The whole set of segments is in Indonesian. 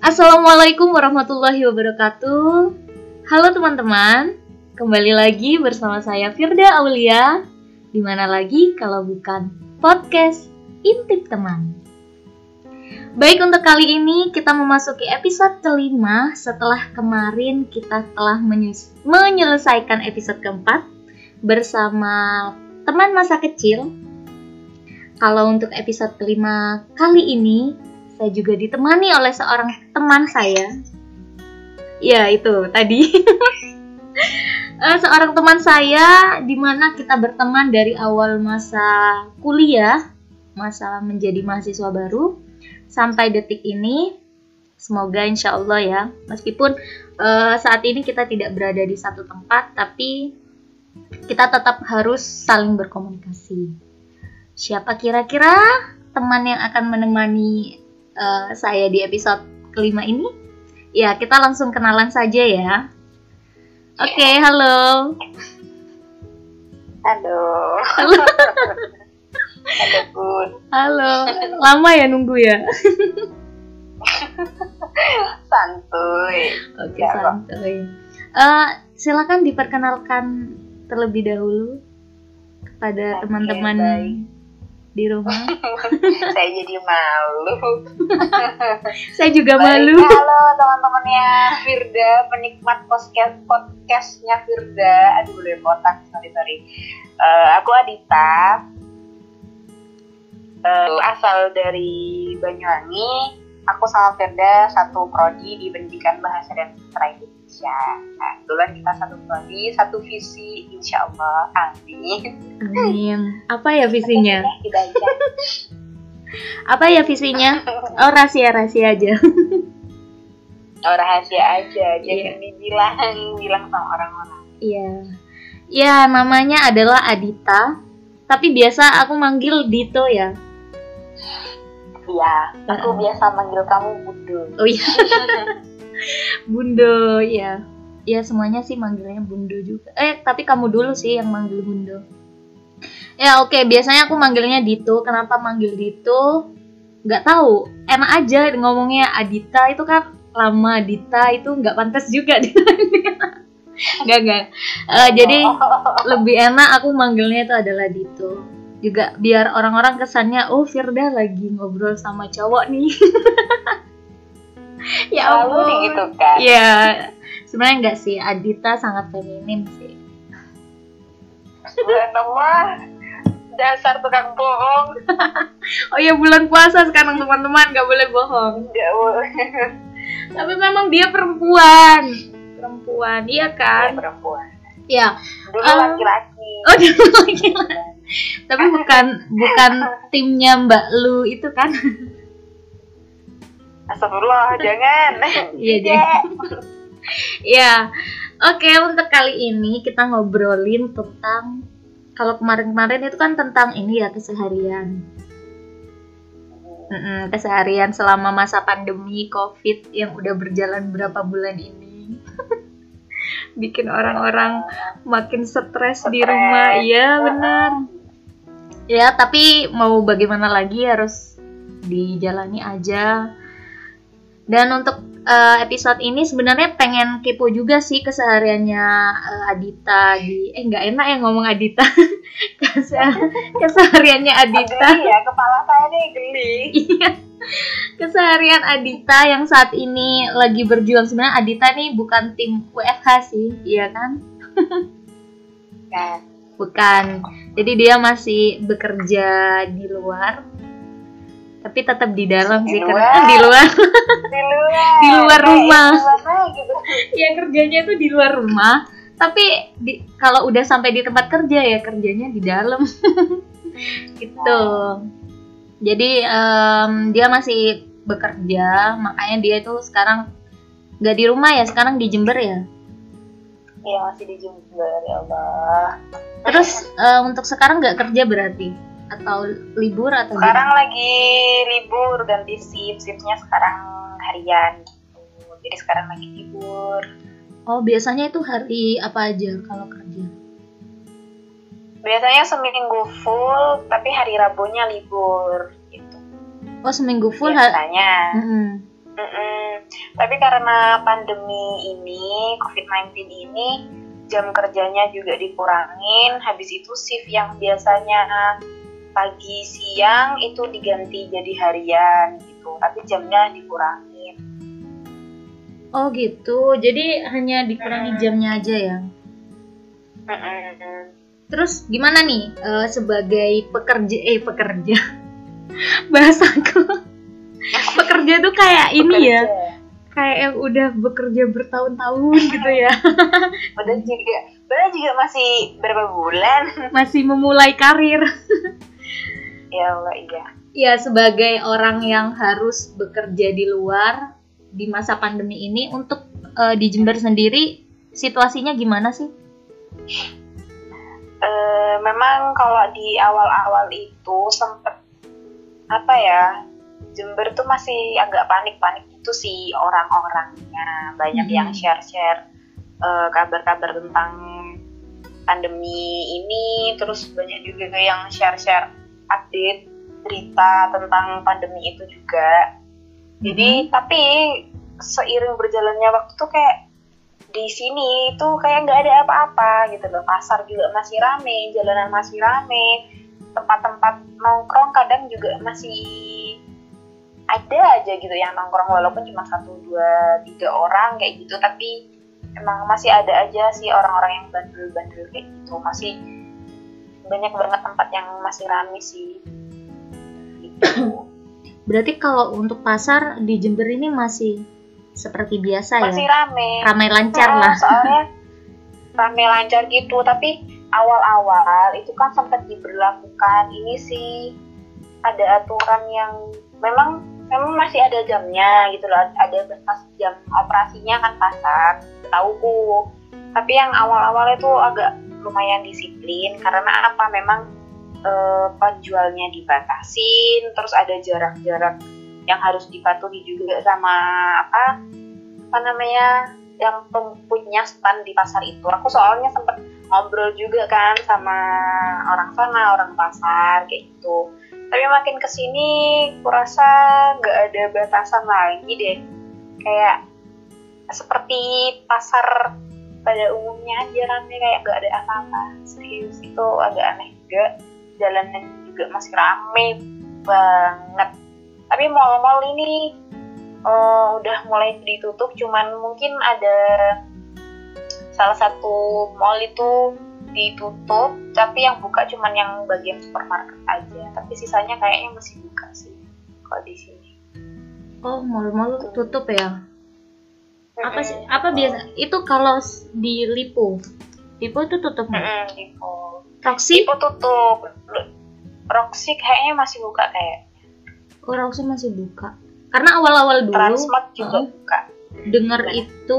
Assalamualaikum warahmatullahi wabarakatuh. Halo teman-teman, kembali lagi bersama saya Firda Aulia. Dimana lagi kalau bukan podcast Intip Teman. Baik, untuk kali ini kita memasuki episode kelima setelah kemarin kita telah menyelesaikan episode keempat bersama teman masa kecil. Kalau untuk episode kelima kali ini saya juga ditemani oleh seorang teman saya. Ya, itu tadi. Seorang teman saya di mana kita berteman dari awal masa kuliah, masa menjadi mahasiswa baru sampai detik ini. Semoga insya Allah ya, meskipun saat ini kita tidak berada di satu tempat, tapi kita tetap harus saling berkomunikasi. Siapa kira-kira teman yang akan menemani saya di episode kelima ini? Ya, kita langsung kenalan saja ya. Oke, halo. Halo. Halo. Halo, Bun. Halo. Lama ya nunggu ya? Santuy. Oke, santuy. Silakan diperkenalkan terlebih dahulu kepada teman-teman di rumah. Saya jadi malu. Saya juga Baik, malu. halo teman-temannya Firda, penikmat podcastnya Firda. Aduh, boleh botak, sorry. Aku Adita, asal dari Banyuwangi. Aku sama Firda satu prodi di Pendidikan Bahasa dan Sastra Indonesia. Nah, kebetulan kita satu prodi, satu visi, insya Allah. Amin. Amin. Apa ya visinya? Tidak aja. Apa ya visinya? Oh, rahasia aja. Oh, rahasia aja, Iya. jadi bilang sama orang-orang. Iya. Ya, namanya adalah Adita. Tapi biasa aku manggil Dito ya. Iya, aku biasa manggil kamu Bundo. Oh iya. Bundo, ya. Ya, semuanya sih manggilnya Bundo juga. Tapi kamu dulu sih yang manggil Bundo. Ya, oke, biasanya aku manggilnya Dito. Kenapa manggil Dito? Nggak tahu. Enak aja ngomongnya Adita itu kan lama, Dita itu nggak pantas juga. Nggak. Jadi lebih enak aku manggilnya itu adalah Dito. Juga biar orang-orang kesannya, oh Firda lagi ngobrol sama cowok nih. Ya ampun. Gitu kan? Ya, sebenarnya enggak sih. Adita sangat feminim sih. Bulan nama dasar tukang bohong. Oh ya, bulan puasa sekarang teman-teman, nggak boleh bohong. Nggak boleh. Tapi memang dia perempuan, iya kan? Perempuan. Ya. Dulu laki-laki. Oh, dulu laki-laki. Tapi bukan timnya Mbak Lu itu kan? Astagfirullah, jangan. Iya, jangan. Ya, oke, untuk kali ini kita ngobrolin tentang, kalau kemarin-kemarin itu kan tentang ini ya, keseharian. Keseharian selama masa pandemi COVID yang udah berjalan berapa bulan ini. Bikin orang-orang makin stres di rumah. Iya, benar. Ya, tapi mau bagaimana lagi, harus dijalani aja. Dan untuk episode ini sebenarnya pengen kepo juga sih kesehariannya Adita di nggak enak ya ngomong Adita. Kesehariannya Adita. Geli ya, kepala saya nih geli. Iya. Keseharian Adita yang saat ini lagi berjuang. Sebenarnya Adita nih bukan tim WFH sih, iya kan? Nah, Bukan. Jadi dia masih bekerja di luar. Tapi tetap di dalam sih, karena di luar rumah. Gitu. Ya, kerjanya itu di luar rumah. Tapi kalau udah sampai di tempat kerja ya kerjanya di dalam. Gitu. Jadi dia masih bekerja, makanya dia itu sekarang nggak di rumah ya, sekarang di Jember ya. Iya, masih di Jember, ya Allah. Terus untuk sekarang nggak kerja berarti? Atau libur atau sekarang lagi libur, ganti shiftnya sekarang harian gitu. Jadi sekarang lagi libur. Oh, biasanya itu hari apa aja kalau kerja? Biasanya seminggu full, tapi hari Rabunya libur gitu. Oh, seminggu full biasanya. Tapi karena pandemi ini, COVID-19 ini, jam kerjanya juga dikurangin. Habis itu shift yang biasanya pagi siang itu diganti jadi harian gitu. Tapi jamnya dikurangin. Oh gitu, jadi hanya dikurangi jamnya aja ya. Terus gimana nih sebagai pekerja bahasaku pekerja tuh kayak ini ya, kayak yang udah bekerja bertahun-tahun gitu ya. Padahal juga masih berapa bulan, masih memulai karir. Ya Allah, iya. Ya, sebagai orang yang harus bekerja di luar di masa pandemi ini, untuk di Jember sendiri situasinya gimana sih? Memang kalau di awal-awal itu sempet Jember tuh masih agak panik-panik itu sih orang-orangnya, banyak yang share-share kabar-kabar tentang pandemi ini, terus banyak juga yang share-share update berita tentang pandemi itu juga. Jadi tapi seiring berjalannya waktu tuh kayak di sini tuh kayak nggak ada apa-apa gitu loh. Pasar juga masih rame, jalanan masih rame, tempat-tempat nongkrong kadang juga masih ada aja gitu yang nongkrong, walaupun cuma 1, 2, 3 orang kayak gitu, tapi emang masih ada aja sih orang-orang yang bandel-bandel kayak gitu. Masih banyak banget tempat yang masih rame sih gitu. Berarti kalau untuk pasar di Jember ini masih seperti biasa ya? Masih ramai lancar lah. Soalnya ramai lancar gitu, tapi awal-awal itu kan sempat diberlakukan ini sih, ada aturan yang memang masih ada jamnya gitu loh, ada batas jam operasinya kan pasar, tauku. Tapi yang awal-awal itu agak lumayan disiplin karena apa? Memang penjualnya dibatasin, terus ada jarak-jarak yang harus dipatuhi juga sama yang punya stand di pasar itu. Aku soalnya sempat ngobrol juga kan sama orang sana, orang pasar kayak gitu. Tapi makin kesini kurasa nggak ada batasan lagi deh, kayak seperti pasar pada umumnya aja rame, kayak nggak ada apa-apa. Serius, itu agak aneh juga. Jalanan juga masih rame banget. Tapi mall-mall ini udah mulai ditutup, cuman mungkin ada salah satu mall itu ditutup, tapi yang buka cuman yang bagian supermarket aja. Tapi sisanya kayaknya masih buka sih kalau di sini. Oh, mall-mall tutup ya? Apa biasa? Itu kalau di Lipo itu tutup nggak? Lipo tutup. Roxy kayaknya masih buka kayak. Oh, Roxy masih buka. Karena awal-awal dulu Transmart juga buka. Dengar itu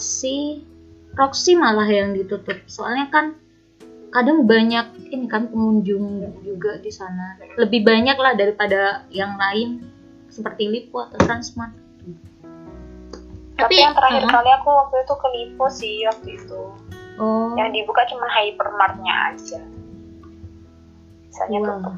Roxy malah yang ditutup. Soalnya kan kadang banyak ini kan pengunjung juga di sana. Lebih banyak lah daripada yang lain seperti Lipo atau Transmart. Tapi yang terakhir kali aku waktu itu ke Lipo sih waktu itu. Oh. Yang dibuka cuma hypermartnya aja. Sisanya tutup.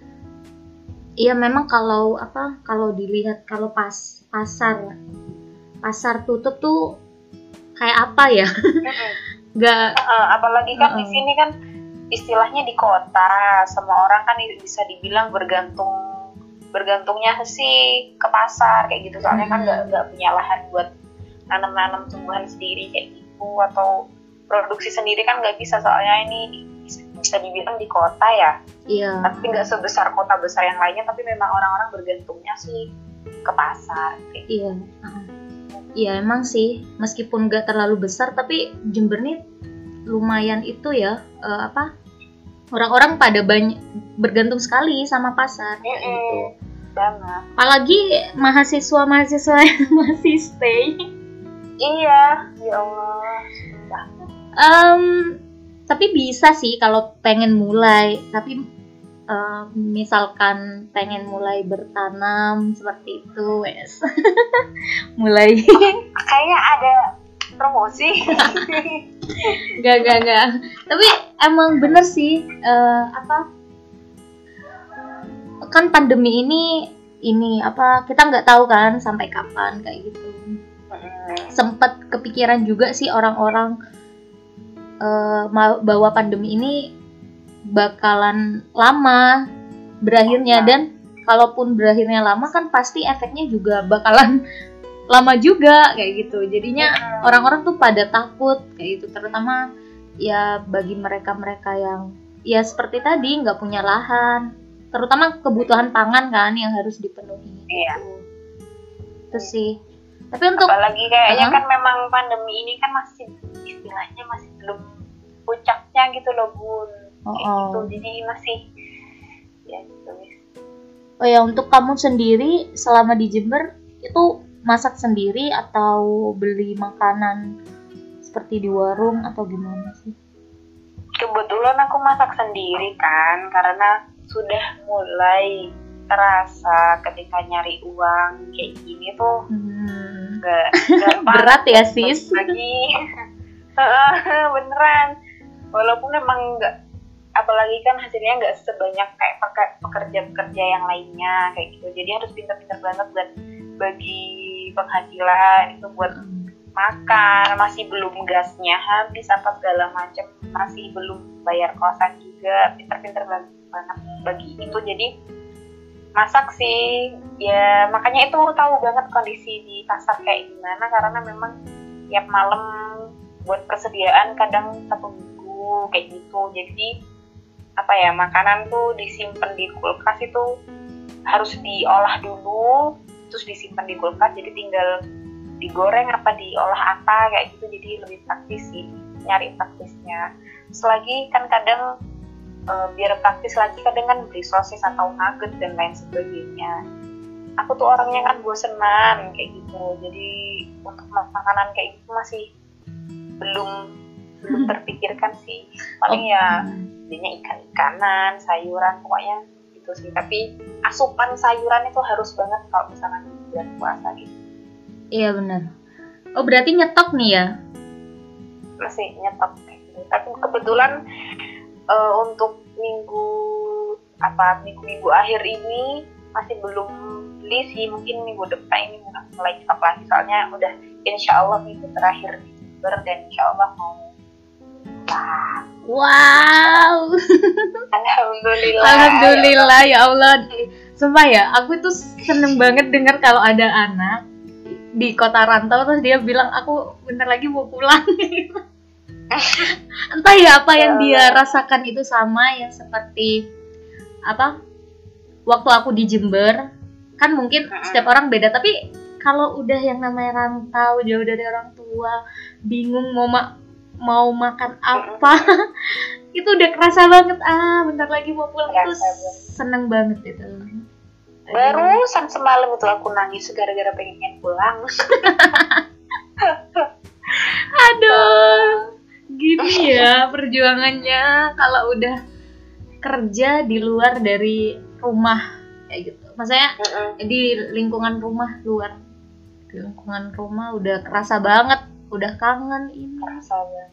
Iya, memang kalau dilihat kalau pasar tutup tuh kayak apa ya? Nggak. Apalagi kan di sini kan istilahnya di kota, semua orang kan bisa dibilang bergantungnya sih ke pasar kayak gitu. Soalnya kan nggak punya lahan buat nanam tumbuhan sendiri kayak gitu, atau produksi sendiri kan nggak bisa, soalnya ini bisa dibilang di kota ya. Iya. Tapi nggak sebesar kota besar yang lainnya, tapi memang orang-orang bergantungnya sih ke pasar. Iya. Iya, emang sih, meskipun nggak terlalu besar, tapi Jember nih lumayan itu ya, orang-orang pada banyak bergantung sekali sama pasar gitu. Banget. Apalagi mahasiswa yang masih stay. Iya, ya Allah. Tapi bisa sih kalau pengen mulai, tapi misalkan pengen mulai bertanam seperti itu, wes. Mulai. Kayaknya ada promosi. Gak. Tapi emang bener sih, kan pandemi ini ini apa, kita nggak tahu kan sampai kapan kayak gitu. Sempet kepikiran juga sih orang-orang bahwa pandemi ini bakalan lama berakhirnya, dan kalaupun berakhirnya lama kan pasti efeknya juga bakalan lama juga kayak gitu. Jadinya orang-orang tuh pada takut kayak gitu, terutama ya bagi mereka-mereka yang ya seperti tadi nggak punya lahan, terutama kebutuhan pangan kan yang harus dipenuhi. Iya. Itu sih. Tapi untuk apalagi kayaknya kan memang pandemi ini kan masih istilahnya masih belum puncaknya gitu loh Bun. Gitu. Jadi masih ya gitu. Oh ya, untuk kamu sendiri selama di Jember itu masak sendiri atau beli makanan seperti di warung atau gimana sih? Kebetulan aku masak sendiri kan, karena sudah mulai terasa ketika nyari uang kayak gini tuh nggak berat ya sis. Lagi beneran, walaupun memang nggak, apalagi kan hasilnya nggak sebanyak kayak pekerja-pekerja yang lainnya kayak gitu. Jadi harus pintar-pintar banget buat bagi penghasilan itu buat makan, masih belum gasnya habis apa segala macam, masih belum bayar kosan juga, pintar-pintar banget bagi itu. Jadi masak sih ya, makanya itu tahu banget kondisi di pasar kayak gimana, karena memang tiap malam buat persediaan kadang 1 minggu kayak gitu. Jadi apa ya, makanan tuh disimpan di kulkas itu harus diolah dulu terus disimpan di kulkas, jadi tinggal digoreng apa diolah apa kayak gitu. Jadi lebih praktis sih, nyari praktisnya. Selagi kan kadang biar praktis lagi kadang kan beli sosis atau nugget dan lain sebagainya. Aku tuh orangnya kan bosenan kayak gitu, jadi untuk makanan kayak gitu masih belum terpikirkan sih. Paling ya jadinya ikan-ikanan, sayuran, pokoknya gitu sih. Tapi asupan sayuran itu harus banget kalau misalnya di bulan puasa gitu. Iya benar. Oh berarti nyetok nih ya? Masih nyetok kayak gitu. Tapi kebetulan untuk minggu akhir ini masih belum beli sih. Mungkin minggu depan ini mulai nyetok lagi, soalnya udah insya Allah minggu terakhir di Jember dan insya Allah mau. Wow. Alhamdulillah ya Allah. Sumpah ya, aku tuh seneng banget dengar kalau ada anak di kota rantau terus dia bilang aku bentar lagi mau pulang. Entah ya apa yang dia rasakan itu sama yang seperti apa waktu aku di Jember. Kan mungkin setiap orang beda, tapi kalau udah yang namanya rantau jauh dari orang tua, bingung mau makan apa, itu udah kerasa banget. Bentar lagi mau pulang, itu seneng banget itu. Barusan semalam itu aku nangis gara-gara pengen pulang. Aduh, gini ya perjuangannya kalau udah kerja di luar dari rumah kayak gitu. Maksudnya di lingkungan rumah luar, di lingkungan rumah udah kerasa banget, udah kangen ini. Kerasa banget.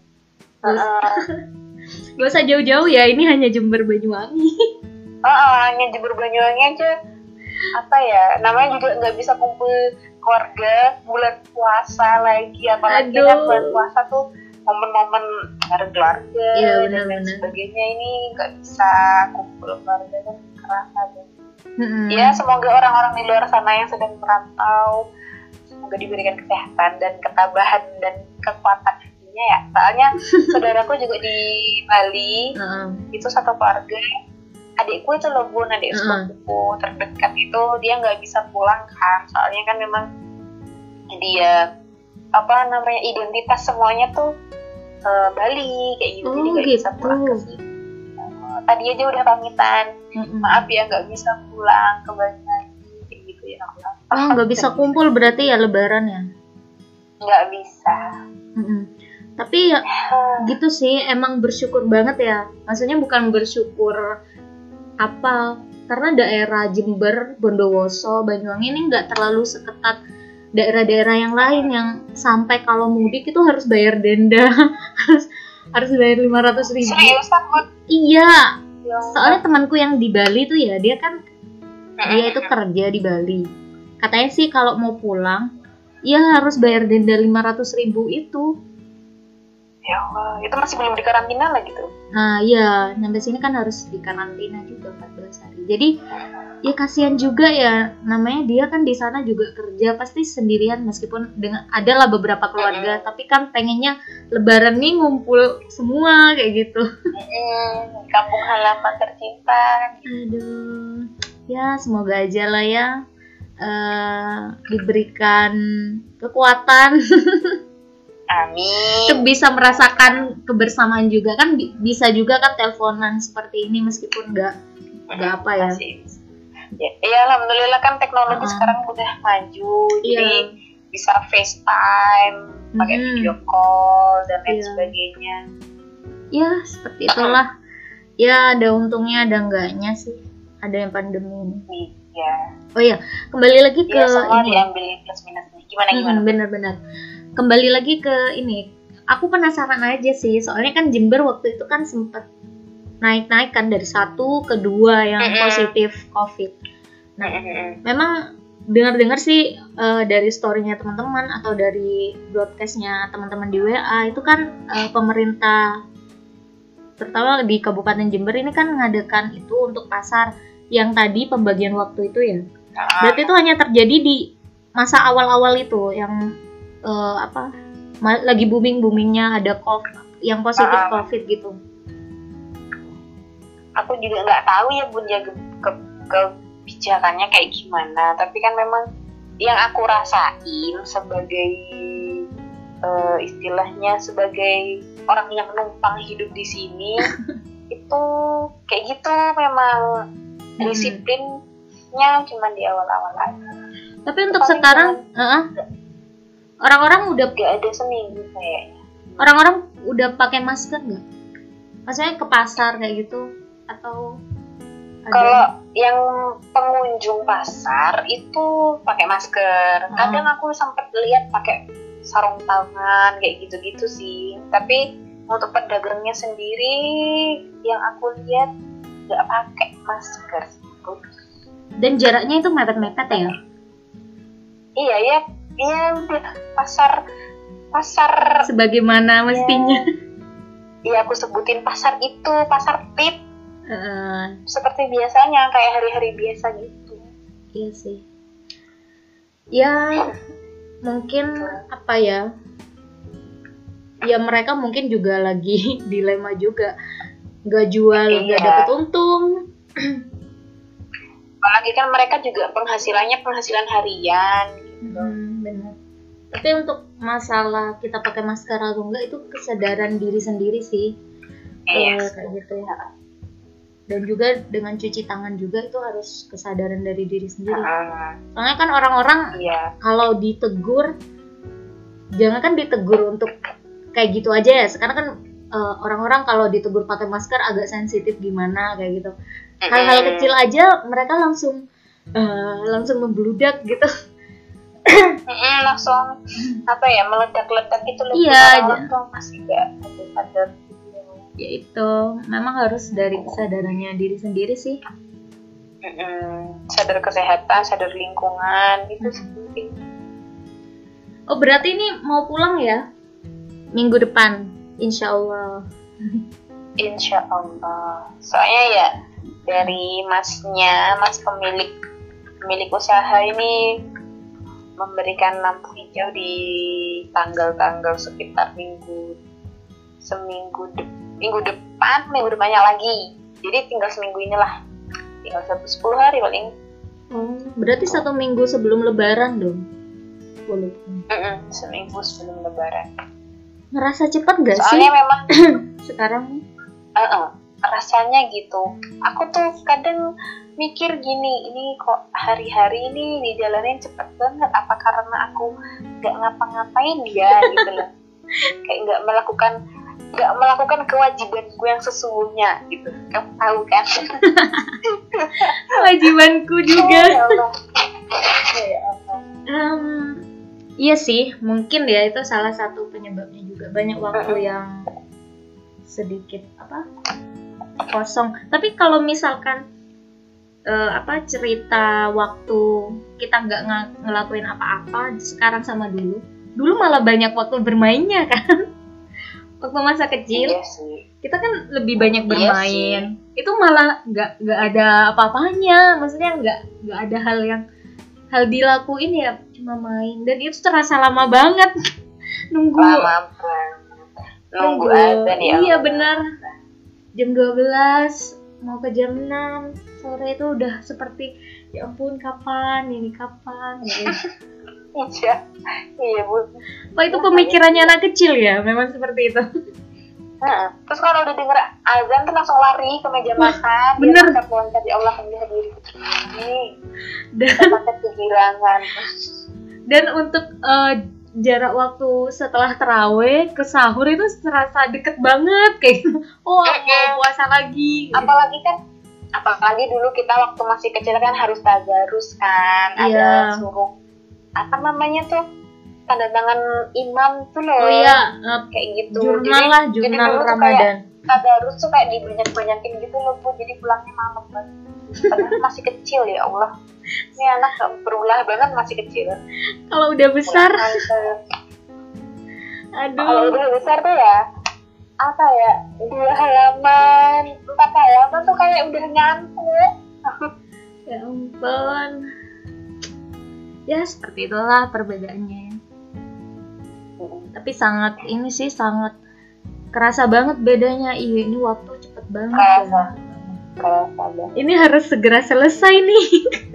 Gak usah jauh-jauh ya, ini hanya Jember Banyuwangi. Hanya Jember Banyuwangi aja. Apa ya, namanya juga nggak bisa kumpul keluarga bulan puasa lagi, apalagi kan bulan puasa tuh momen-momen bareng keluarga dan lain sebagainya. Ini nggak bisa kumpul keluarga kan kerasa deh. Ya semoga orang-orang di luar sana yang sedang merantau semoga diberikan kesehatan dan ketabahan dan kekuatan hatinya ya. Soalnya saudaraku juga di Bali itu satu keluarga. Adikku itu loh Bun, adik sepupuku terdekat itu dia nggak bisa pulang kan, soalnya kan memang dia identitas semuanya tuh Bali kayak gitu, jadi nggak bisa pulang ke sini. Tadi aja udah pamitan, maaf ya nggak bisa pulang ke Bali kayak gitu ya. Nggak bisa kumpul berarti ya Lebaran ya? Nggak bisa. Tapi ya gitu sih, emang bersyukur banget ya. Maksudnya bukan bersyukur karena daerah Jember, Bondowoso, Banyuwangi ini nggak terlalu seketat daerah-daerah yang lain yang sampai kalau mudik itu harus bayar denda, harus bayar 500.000. Seriusan, Bun? Iya, soalnya temanku yang di Bali tuh ya dia kan Dia itu kerja di Bali. Katanya sih kalau mau pulang, ya harus bayar denda 500.000 itu. Ya Allah, itu masih belum dikarantina lah gitu. Nah iya, sampai sini kan harus dikarantina juga 14 hari. Jadi ya kasihan juga ya, namanya dia kan di sana juga kerja pasti sendirian meskipun dengan adalah beberapa keluarga, tapi kan pengennya Lebaran nih ngumpul semua kayak gitu. Kampung halaman tercinta. Aduh, ya semoga aja lah ya diberikan kekuatan Amin. untuk bisa merasakan kebersamaan juga kan, bisa juga kan teleponan seperti ini meskipun nggak apa ya. Ya alhamdulillah kan teknologi sekarang udah maju, jadi bisa FaceTime, pakai video call dan lain sebagainya. Ya seperti itulah. Ya ada untungnya ada enggaknya sih, ada yang pandemi ini. Iya. Oh iya, kembali lagi ke semua ini. Diambil plus minusnya. Gimana? Benar-benar. Kembali lagi ke ini. Aku penasaran aja sih, soalnya kan Jember waktu itu kan sempat naik-naik kan dari 1 ke 2 yang positif COVID. Nah, memang dengar-dengar sih dari story-nya teman-teman atau dari broadcast-nya teman-teman di WA itu kan pemerintah terutama di Kabupaten Jember ini kan mengadakan itu untuk pasar yang tadi pembagian waktu itu ya. Berarti itu hanya terjadi di masa awal-awal itu yang lagi booming-boomingnya ada yang positif COVID gitu. Aku juga nggak tahu ya Bun ya kebijakannya kayak gimana, tapi kan memang yang aku rasain sebagai istilahnya sebagai orang yang numpang hidup di sini itu kayak gitu, memang disiplinnya cuma di awal-awal aja. Tapi untuk sekarang orang-orang udah gak ada seminggu kayaknya. Orang-orang udah pakai masker nggak? Maksudnya ke pasar kayak gitu atau? Kalau yang pengunjung pasar itu pakai masker. Kadang aku sempat lihat pakai sarung tangan kayak gitu-gitu sih. Tapi untuk pedagangnya sendiri yang aku lihat nggak pakai masker. Dan jaraknya itu mepet-mepet ya? Iya pasar sebagaimana mestinya. Iya, aku sebutin pasar itu pasar tip. Seperti biasanya kayak hari-hari biasa gitu. Iya sih. Ya mungkin apa ya? Ya mereka mungkin juga lagi dilema juga. Gak jual, gak dapet untung. Apalagi kan mereka juga penghasilan harian gitu. Benar. Tapi untuk masalah kita pakai masker atau enggak itu kesadaran diri sendiri sih. Kayak gitu ya. Dan juga dengan cuci tangan juga itu harus kesadaran dari diri sendiri. Soalnya kan orang-orang kalau ditegur, jangan kan ditegur untuk kayak gitu aja ya. Sekarang kan orang-orang kalau ditegur pakai masker agak sensitif gimana kayak gitu. Hal-hal kecil aja mereka langsung membludak gitu. Langsung meledak-ledak itu loh. Orang tuh masih gak sadar. Ya itu memang harus dari kesadarannya diri sendiri sih. Sadar kesehatan, sadar lingkungan itu penting. Oh berarti ini mau pulang ya minggu depan, insya Allah. Insya Allah. Soalnya ya dari mas pemilik usaha ini memberikan lampu hijau di tanggal-tanggal sekitar minggu depannya lagi. Jadi tinggal seminggu inilah. Tinggal 10 hari paling. Berarti 1 minggu sebelum lebaran dong. Seminggu sebelum lebaran. Ngerasa cepat gak sih? Soalnya memang sekarang rasanya gitu. Aku tuh kadang mikir gini, ini kok hari-hari ini dijalanin cepet banget. Apa karena aku gak ngapa-ngapain ya gitu loh. Kayak gak melakukan kewajiban gue yang sesungguhnya gitu. Kamu tahu kan? Kewajibanku juga. Ya Allah. Iya sih, mungkin ya itu salah satu penyebabnya juga. Banyak waktu yang sedikit kosong. Tapi kalau misalkan cerita waktu kita nggak ngelakuin apa-apa sekarang sama dulu. Dulu malah banyak waktu bermainnya kan. Waktu masa kecil Iya sih. kita kan lebih banyak Iya bermain. Itu malah nggak ada apa-apanya. Maksudnya nggak ada hal dilakuin ya, cuma main. Dan itu terasa lama banget. Nunggu azan ya. Iya benar. Jam 12 mau ke jam 6 sore itu udah seperti ya ampun kapan gitu. Iya Bu. Wah itu pemikirannya anak kecil ya, memang seperti itu. Terus kalau udah denger azan tuh langsung lari ke meja makan. Bener. Dia loncat ya Allah kami hadir ini. Dan kegirangan. Dan untuk jarak waktu setelah tarawih ke sahur itu terasa deket banget kayak gitu. Oh mau puasa lagi. Apalagi dulu kita waktu masih kecil kan harus tadarus kan. Ada suruh apa namanya tuh tanda tangan imam tuh loh. Oh iya, kayak gitu. Jurnal Ramadan. Tadarus tuh kayak dibanyak-banyakin gitu loh Bu. Jadi pulangnya malam banget. Padahal masih kecil ya Allah. Ini anak berulah banget masih kecil. Kalau udah besar, kalau udah besar tuh ya, 2 halaman, 4 halaman tuh kayak udah nyampe. Ya ampun. Ya seperti itulah perbedaannya. Tapi sangat kerasa banget bedanya. Iya ini waktu cepet banget. Kerasa banget. Ini harus segera selesai nih.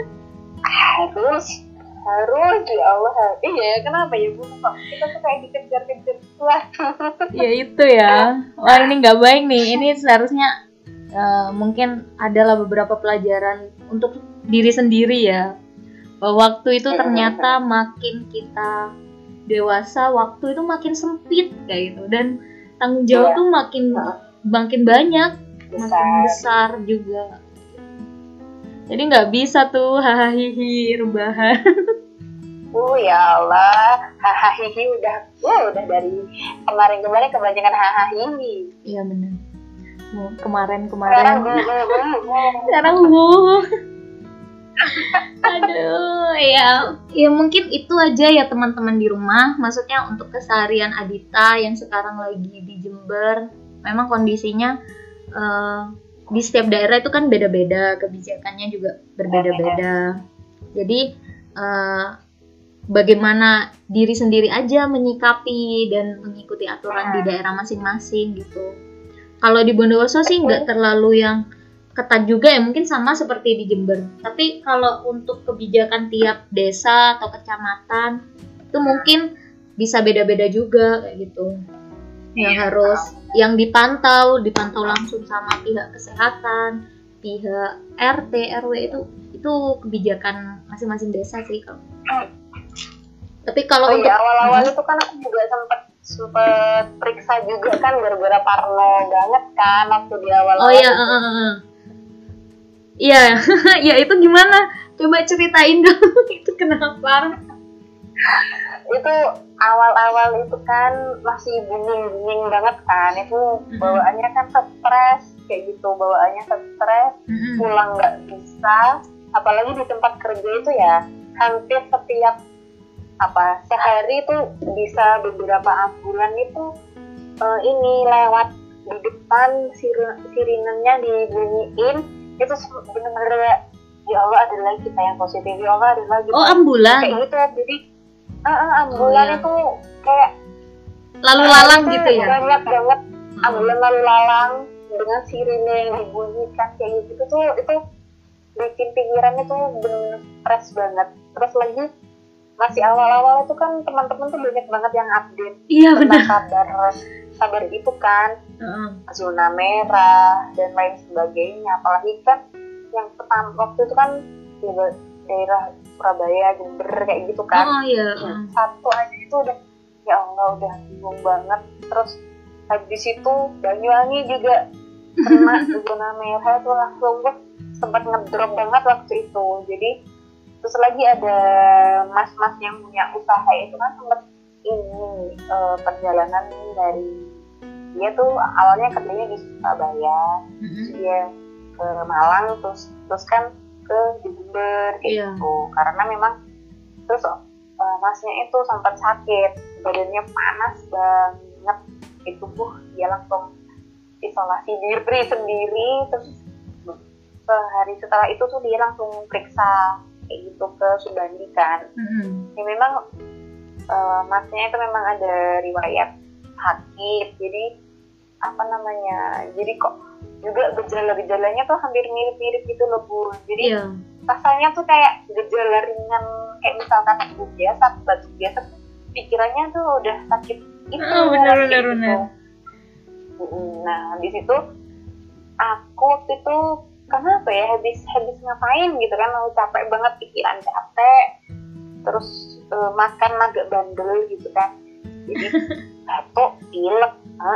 harus ya Allah. Iya kenapa ya Bu? Kita tuh kayak dikejar-kejar tua. Ya itu ya. Wah ini nggak baik nih. Ini seharusnya mungkin adalah beberapa pelajaran untuk diri sendiri ya. Waktu itu ternyata makin kita dewasa, waktu itu makin sempit kayak gitu. Dan tanggung jawab tuh makin banyak, makin besar juga. Jadi nggak bisa tuh hahaha rebahan. Ya Allah, hahaha udah dari kemarin kebanyakan hahaha. Iya benar. Kemarin. Sekarang aduh ya mungkin itu aja ya teman-teman di rumah. Maksudnya untuk keseharian Adita yang sekarang lagi di Jember. Memang kondisinya di setiap daerah itu kan beda-beda, kebijakannya juga berbeda-beda. Jadi bagaimana diri sendiri aja menyikapi dan mengikuti aturan di daerah masing-masing gitu. Kalau di Bondowoso sih nggak terlalu yang ketat juga ya, mungkin sama seperti di Jember. Tapi kalau untuk kebijakan tiap desa atau kecamatan itu mungkin bisa beda-beda juga kayak gitu. Yang harus yang dipantau langsung sama pihak kesehatan, pihak RT, RW itu kebijakan masing-masing desa sih kalau. Tapi kalau untuk awal-awal itu kan aku juga sempat periksa juga kan gara-gara parno banget kan waktu di awal-awal. Oh iya, iya, ya itu gimana? Coba ceritain dong itu kenapa? Itu awal-awal itu kan masih booming banget kan, itu bawaannya kan stres kayak gitu, pulang nggak bisa, apalagi di tempat kerja itu ya hampir setiap sehari itu bisa beberapa ambulan itu ini lewat di depan sirinenya dibunyiin, itu bener-bener ya Allah ada lagi kita yang positif, ya Allah ada lagi. Oh ambulan kayak gitu, jadi ambulan itu kayak lalu lalang gitu ya, banyak banget ambulan lalu lalang dengan sirine yang dibunyikan kayak gitu tuh, itu bikin pikirannya tuh bener stres banget. Terus lagi masih awal-awal itu kan teman-teman tuh banyak banget yang update tentang kabar itu kan, zona merah dan lain sebagainya. Apalagi kan yang pertama waktu itu kan di daerah Surabaya, Jember kayak gitu kan. Satu aja itu udah ya Allah udah bingung banget. Terus habis itu Banyuwangi juga kena zona merah tuh, langsung gue sempat ngedrop banget waktu itu. Jadi terus lagi ada mas-mas yang punya usaha itu kan sempat ini perjalanan dari dia tuh awalnya kerjanya di Surabaya, terus dia ke Malang, terus kan ke Jember kayak gitu. Karena memang terus masnya itu sempat sakit, badannya panas banget itu, dia langsung isolasi diri sendiri. Terus sehari setelah itu tuh dia langsung periksa kayak gitu ke Subandi kan. Ya memang masnya itu memang ada riwayat sakit, jadi jadi kok juga gejala-gejalanya tuh hampir mirip-mirip gitu loh Bu. Jadi rasanya tuh kayak gejala ringan, kayak misalkan batuk biasa, pikirannya tuh udah sakit itu. Benar. Nah habis itu aku waktu itu kenapa ya habis ngapain gitu kan, mau capek banget, pikiran capek, terus makan agak bandel gitu kan, jadi batuk pilek.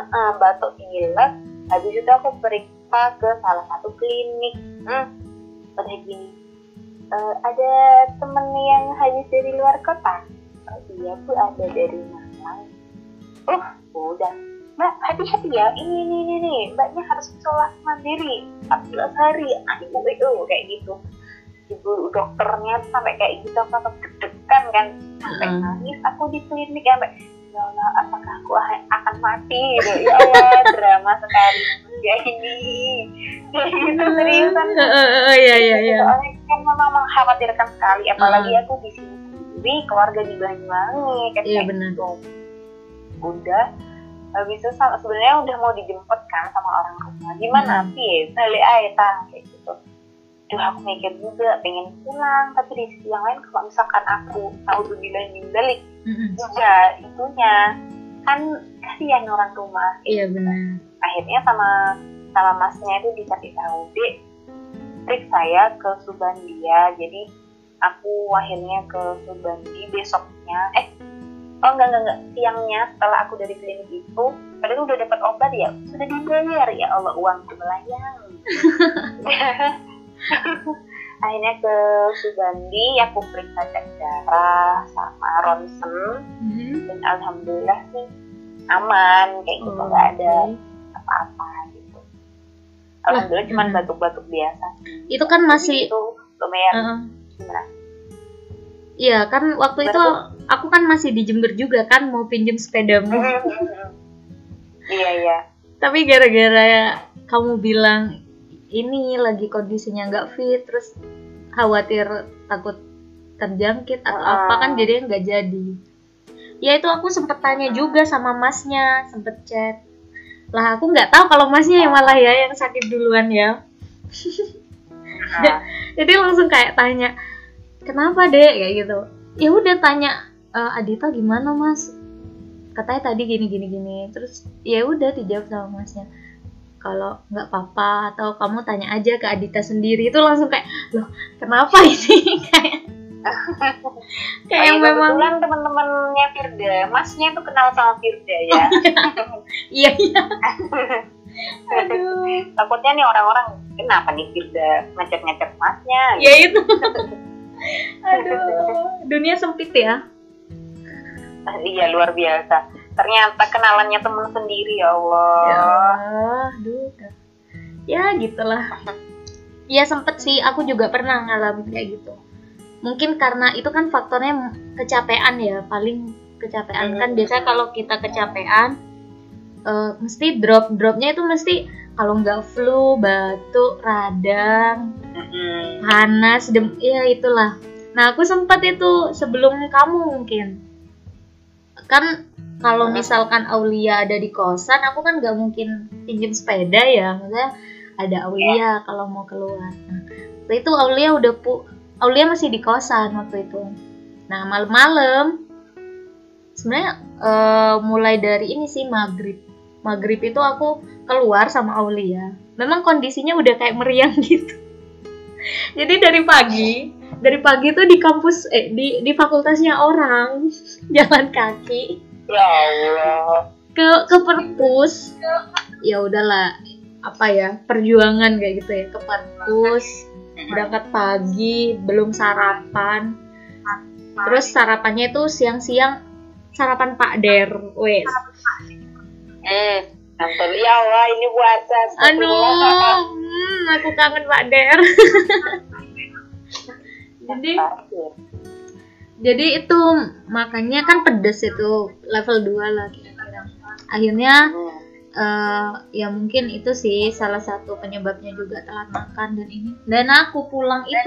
Habis itu aku periksa ke salah satu klinik. Udah gini, ada temen yang habis dari luar kota. Iya Bu, ada dari Malang. Udah Mbak, hati-hati ya, ini Mbaknya harus isolasi mandiri 14 hari. Aduh itu kayak gitu. Ibu dokternya sampai kayak gitu, aku deg-degan kan, sampai nangis aku di klinik, sampai ya Allah, apakah aku akan mati gitu. Ya Allah, drama sekali ya ini. Kayak gitu, seriusan. Iya. Soalnya kan memang mengkhawatirkan sekali, apalagi aku di sini sendiri, keluarga di Banyuwangi kan. Iya benar. Gitu. Udah habis itu sebenarnya udah mau dijemput kan sama orang rumah. Gimana sih? Balik aja kayak gitu. Aku mikir juga pengen pulang, tapi di sisi yang lain kalau misalkan aku tahu berbilang balik, ya itunya kan kasihan orang rumah. Iya benar. Akhirnya sama masnya itu dikasih tahu, Dek, periksa saya ke Subandia. Jadi aku akhirnya ke Subandi besoknya. Enggak, siangnya setelah aku dari klinik itu, padahal udah dapat obat ya, sudah dibayar, ya Allah, uang melayang. Akhirnya ke Subandi, aku periksa cek darah sama ronsen, dan alhamdulillah sih aman kayak gitu, nggak ada apa-apa gitu. Alhamdulillah cuma batuk-batuk biasa. Itu kan masih itu lumayan gimana? Iya kan waktu itu aku kan masih di Jember juga kan, mau pinjem sepedamu. Iya. Tapi gara-gara kamu bilang ini lagi kondisinya nggak fit, terus khawatir takut terjangkit atau apa kan, jadinya nggak jadi. Ya itu aku sempet tanya juga sama masnya, sempet chat. Lah aku nggak tahu kalau masnya yang malah ya yang sakit duluan ya. Jadi langsung kayak tanya, kenapa Dek kayak gitu. Ya udah tanya, Adita gimana Mas? Katanya tadi gini. Terus ya udah dijawab sama masnya, kalau nggak apa-apa atau kamu tanya aja ke Adita sendiri. Itu langsung kayak, loh kenapa ini? kayak memang kebetulan teman-temannya Firda, masnya itu kenal sama Firda ya. Iya. Aduh, takutnya nih orang-orang, kenapa nih Firda ngecek masnya gitu. Ya itu. Aduh, dunia sempit ya. Iya, luar biasa. Ternyata kenalannya temen sendiri, ya Allah. Ya gitulah. Ya sempet sih, aku juga pernah ngalamin kayak gitu. Mungkin karena itu kan faktornya kecapean ya, paling kecapean kan. Biasanya kalau kita kecapean mesti dropnya itu mesti, kalau nggak flu, batuk, radang, panas, ya itulah. Nah aku sempat itu sebelum kamu mungkin. Kan kalau misalkan Aulia ada di kosan, aku kan nggak mungkin pinjam sepeda ya, maksudnya ada Aulia kalau mau keluar. Nah, waktu itu Aulia masih di kosan waktu itu. Nah malam-malam, sebenarnya mulai dari ini sih maghrib itu aku keluar sama Aulia. Memang kondisinya udah kayak meriang gitu. Jadi dari pagi tuh di kampus di fakultasnya orang jalan kaki. Ya Allah. Ke perpus. Ya udahlah, apa ya, perjuangan kayak gitu ya, ke perpus. Berangkat pagi, belum sarapan. Terus sarapannya itu siang-siang sarapan Pak Der. Wes. Ya Allah, ini puasa. Aduh, aku kangen Pak Der. Jadi itu makanya kan pedes itu level 2 lah kira-kira. Akhirnya ya mungkin itu sih salah satu penyebabnya juga telat makan dan ini. Dan aku pulang itu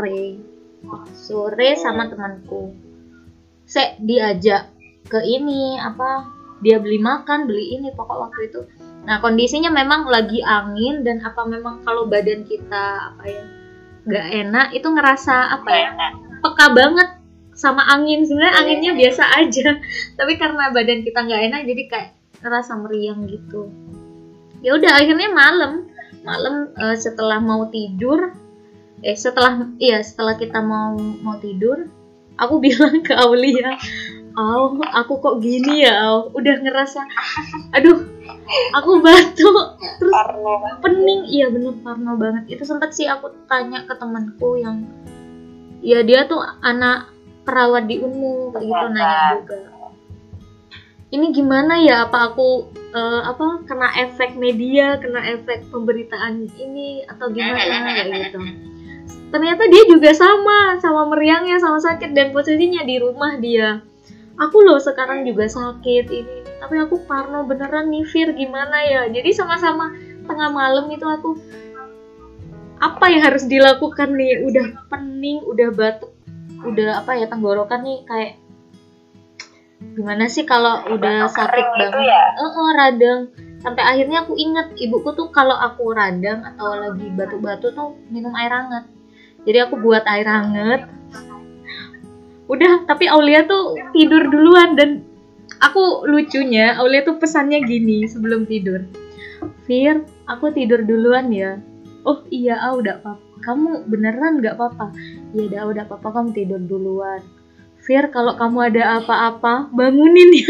sore sama temanku. Diajak ke ini dia beli makan, beli ini pokok waktu itu. Nah, kondisinya memang lagi angin dan memang kalau badan kita nggak enak itu ngerasa peka banget sama angin. Sebenarnya anginnya biasa aja, tapi karena badan kita nggak enak jadi kayak ngerasa meriang gitu. Ya udah akhirnya malam setelah mau tidur setelah kita mau tidur, aku bilang ke Aulia, aku kok gini ya, udah ngerasa aduh aku batuk terus pening. Iya bener, parno banget. Itu sempat sih aku tanya ke temanku yang ya dia tuh anak perawat di Unmu kayak gitu, nanya juga ini gimana ya, apa aku kena efek media, kena efek pemberitaan ini atau gimana kayak gitu. Ternyata dia juga sama meriangnya, sama sakit, dan posisinya di rumah dia. Aku loh sekarang juga sakit ini, tapi aku parno beneran nih Fir, gimana ya. Jadi sama-sama tengah malam itu aku apa yang harus dilakukan nih, udah pening, udah batuk, udah tenggorokan nih kayak gimana sih kalau udah sakit banget ya? Radang. Sampai akhirnya aku inget ibuku tuh kalau aku radang atau lagi batuk-batuk tuh minum air hangat. Jadi aku buat air hangat. Udah, tapi Aulia tuh tidur duluan, dan aku lucunya Aulia tuh pesannya gini sebelum tidur, Fir, aku tidur duluan ya. Oh iya, udah apa? Kamu beneran nggak apa-apa? Iya udah apa-apa, kamu tidur duluan. Fir, kalau kamu ada apa-apa bangunin ya.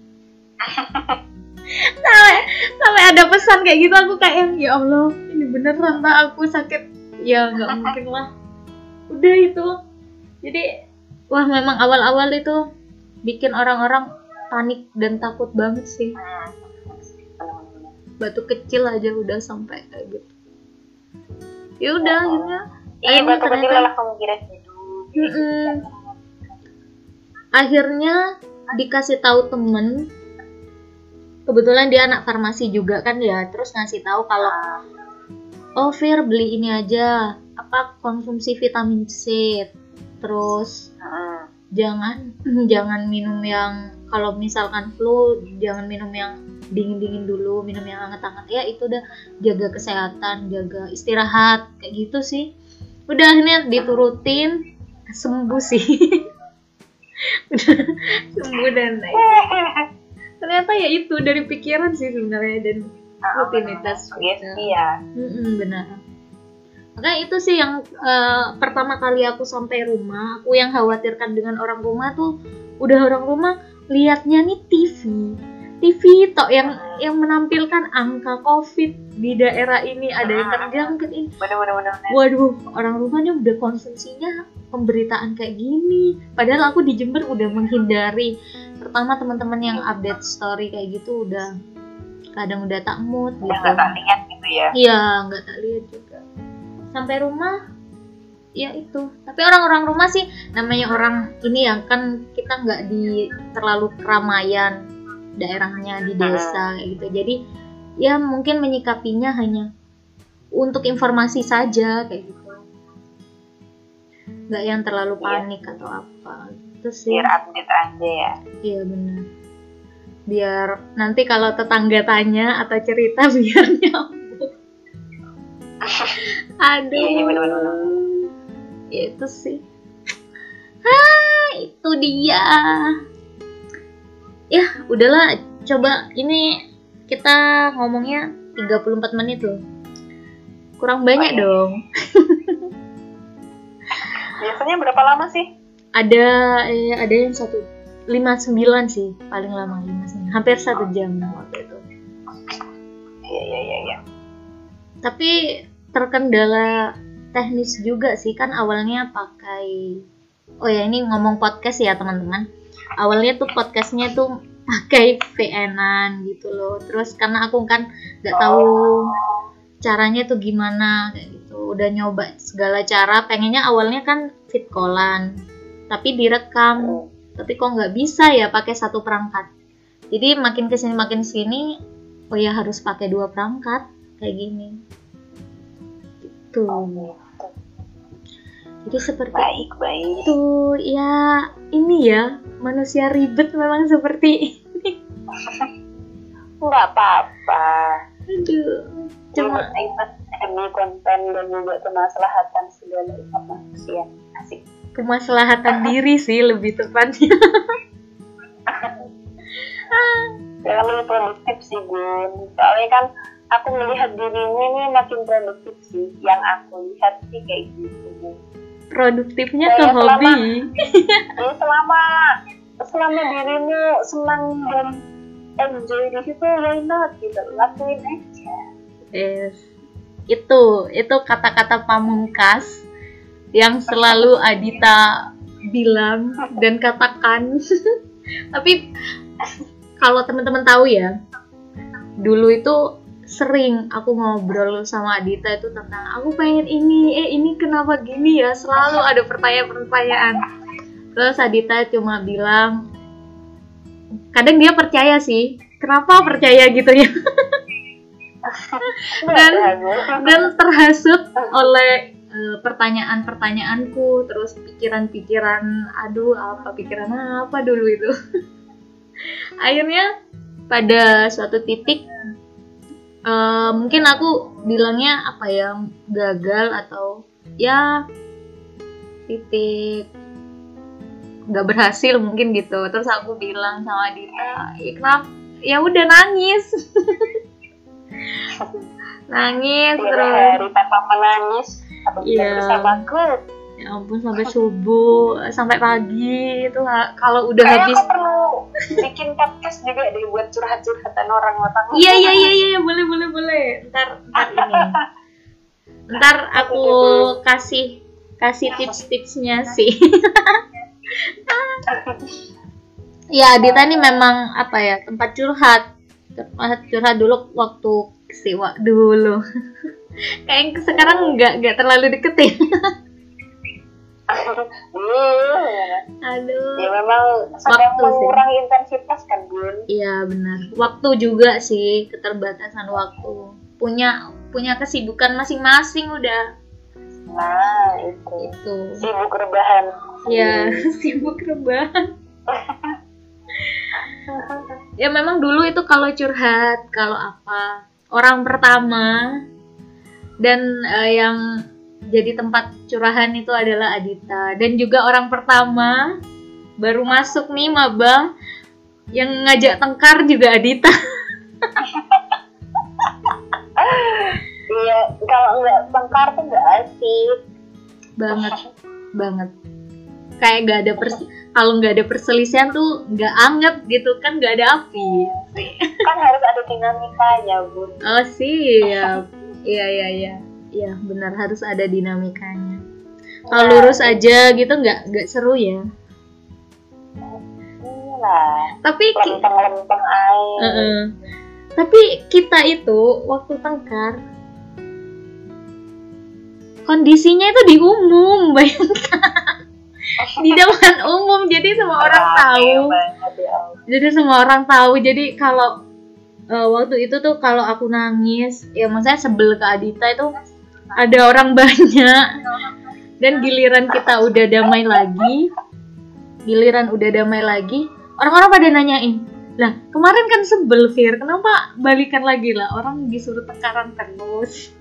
sampai ada pesan kayak gitu, aku kayak ya Allah, ini beneran tak aku sakit? Ya nggak mungkin lah. Udah itu. Jadi wah, memang awal-awal itu bikin orang-orang panik dan takut banget sih. Batuk kecil aja udah sampai kayak gitu. Ya udah akhirnya batuk kecil lah kamu kira hidup. Akhirnya dikasih tahu temen, kebetulan dia anak farmasi juga kan ya, terus ngasih tahu kalau Fir, beli ini aja, konsumsi vitamin C. Terus jangan minum yang, kalau misalkan flu jangan minum yang dingin dulu, minum yang hangat ya. Itu udah jaga kesehatan, jaga istirahat kayak gitu sih. Udah akhirnya diturutin, sembuh sih. Udah sembuh dan ternyata ya itu dari pikiran sih sebenarnya dan rutinitas. Iya. Benar. Makanya itu sih yang pertama kali aku sampai rumah, aku yang khawatirkan dengan orang rumah tuh, udah orang rumah liatnya nih TV tok yang menampilkan angka COVID di daerah ini, ada yang terjangkit ini. Bener. Waduh, orang rumahnya udah konsumsinya pemberitaan kayak gini. Padahal aku di Jember udah menghindari. Pertama teman-teman yang update story kayak gitu udah kadang udah tak mood gitu. Nggak tak lihat gitu ya? Iya, nggak tak lihat juga. Sampai rumah ya itu, tapi orang-orang rumah sih namanya orang ini ya kan, kita nggak di terlalu keramaian daerahnya di desa kayak gitu, jadi ya mungkin menyikapinya hanya untuk informasi saja kayak gitu, nggak yang terlalu panik atau apa itu sih. Biar update aja ya. Iya benar, biar nanti kalau tetangga tanya atau cerita biar nyambung. Aduh, iya, bener. Ya itu sih. Itu dia. Ya, udahlah, coba ini kita ngomongnya 34 menit loh. Kurang banyak dong. Biasanya berapa lama sih? Ada yang 59 sih, paling lama 59. Hampir 1 jam waktu itu. Iya. Tapi terkendala teknis juga sih, kan awalnya pakai, ini ngomong podcast ya teman-teman, awalnya tuh podcastnya tuh pakai VN-an gitu loh, terus karena aku kan nggak tahu caranya tuh gimana kayak gitu, udah nyoba segala cara, pengennya awalnya kan fit callan, tapi direkam. Tapi kok nggak bisa ya pakai satu perangkat. Jadi makin kesini, oh ya harus pakai 2 perangkat kayak gini. Gitu. Jadi seperti Baik. itu ya, ini ya manusia ribet memang seperti ini. Nggak apa-apa. Aduh, cuma demi konten dan juga kemaslahatan segala manusia. Asik. kemaslahatan diri sih lebih tepatnya. Jangan lebih produktif sih Gun. Soalnya kan aku melihat dirinya nih makin produktif sih. Yang aku lihat sih kayak gitu. Produktifnya ke hobi. Selama dirimu senang dan enjoy di situ, why not gitu, lakuin aja. Yes. Itu kata-kata pamungkas yang selalu Adita bilang dan katakan. Tapi kalau teman-teman tahu ya, dulu itu sering aku ngobrol sama Adita itu tentang aku pengen ini kenapa gini ya, selalu ada pertanyaan-pertanyaan. Terus Adita cuma bilang, kadang dia percaya sih, kenapa percaya gitu ya. dan terhasut oleh pertanyaan-pertanyaanku, terus pikiran apa dulu itu. Akhirnya pada suatu titik mungkin aku bilangnya apa ya, gagal atau ya titik nggak berhasil mungkin gitu. Terus aku bilang sama Dita, ya kenapa, ya udah nangis. Nangis terus hari tanpa menangis atau bersamaku. Ya ampun, sampai subuh, sampai pagi itu kalau udah habis. Aku perlu bikin podcast juga deh buat curhat-curhatan orang-orang. Iya, boleh. Ntar aku kasih tips-tipsnya sih. Ya, Adita nih memang apa ya, tempat curhat dulu waktu kesiwa dulu. Kayak sekarang nggak terlalu deket ya. Aduh. Ya memang sedang mengurangi intensitas kan Bun. Iya benar. Waktu juga sih, keterbatasan waktu. Punya kesibukan masing-masing udah. Nah itu. Sibuk rebahan. Ya sibuk rebahan. Ya memang dulu itu kalau curhat, kalau apa, orang pertama dan yang jadi tempat curahan itu adalah Adita, dan juga orang pertama baru masuk nih maba yang ngajak tengkar juga Adita. Iya, kalau nggak tengkar tuh nggak asik. Banget. Kayak nggak ada kalau nggak ada perselisihan tuh nggak anget gitu kan, nggak ada api. Kan harus ada dinamikanya Bun. Oh siap. Iya benar, harus ada dinamikanya. Kalau lurus aja gitu nggak seru ya. Iyalah. Lempeng air. Tapi kita itu waktu tengkar kondisinya itu di umum, bayangkan. Di depan umum, jadi semua orang tahu. Jadi kalau waktu itu tuh kalau aku nangis, ya maksudnya sebel ke Adita itu ada orang banyak, dan giliran udah damai lagi, orang-orang pada nanyain, lah kemarin kan sebel Fir, kenapa balikan lagi lah, orang disuruh tengkaran terus.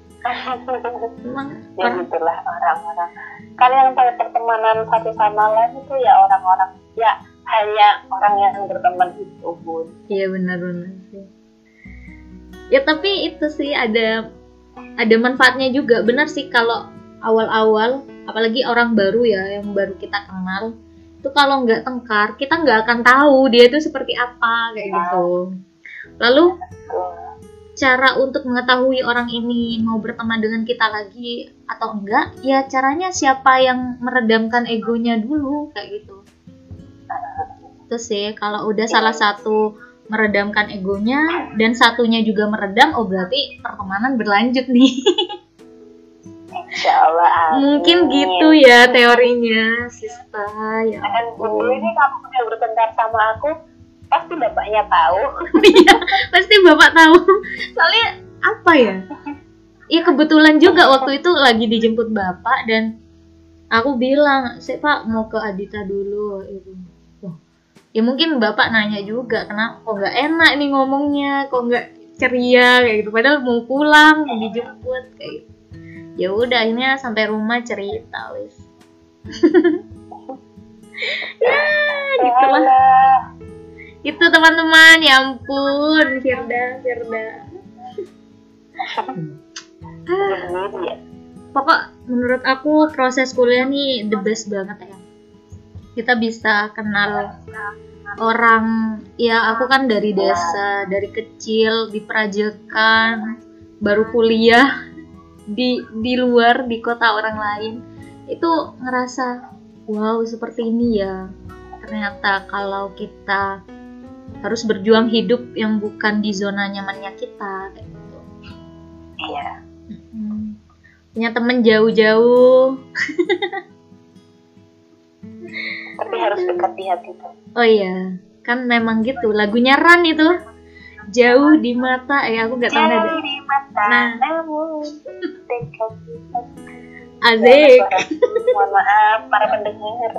Emang ya gitulah orang-orang. Kan yang pertemanan satu sama lain itu ya orang-orang, ya hanya orang yang berteman itu Bun. Iya benar sih. Ya tapi itu sih ada manfaatnya juga, benar sih. Kalau awal-awal, apalagi orang baru ya, yang baru kita kenal, itu kalau nggak tengkar, kita nggak akan tahu dia itu seperti apa kayak gitu. Lalu cara untuk mengetahui orang ini mau berteman dengan kita lagi atau enggak, ya caranya siapa yang meredamkan egonya dulu kayak gitu. Itu sih, kalau udah salah satu meredamkan egonya dan satunya juga meredam, oh berarti pertemanan berlanjut nih. Insyaallah. Mungkin gitu ya teorinya, Sista. Ya Dan dulu ampun. ini kamu udah bertengkar sama aku, pasti bapaknya tahu. Iya, pasti Bapak tahu. Soalnya apa ya? Ya kebetulan juga waktu itu lagi dijemput Bapak dan aku bilang, "Sik Pak, mau ke Adita dulu." Itu. Wah, ya mungkin Bapak nanya juga, kenapa kok nggak enak nih ngomongnya, kok nggak ceria kayak gitu. Padahal mau pulang, mau dijemput kayak gitu. Ya udah, akhirnya sampai rumah cerita wis. Ya, gitulah. Alah. Itu teman-teman, ya ampun, Firda. Bener ya. Pokok menurut aku proses kuliah nih the best banget ya. Kita bisa kenal orang, ya aku kan dari desa, dari kecil diperajakan, baru kuliah di luar, di kota orang lain. Itu ngerasa wow, seperti ini ya. Ternyata kalau kita harus berjuang hidup yang bukan di zona nyamannya kita kayak gitu. Iya. Punya temen jauh-jauh. Tapi harus dekat di hati tuh. Oh iya, kan memang gitu. Lagunya Ran itu. Jauh di mata, aku nggak tahu nada. Jauh di mata, Nah. namun dekat di hati. Asik. Mohon maaf para pendengar.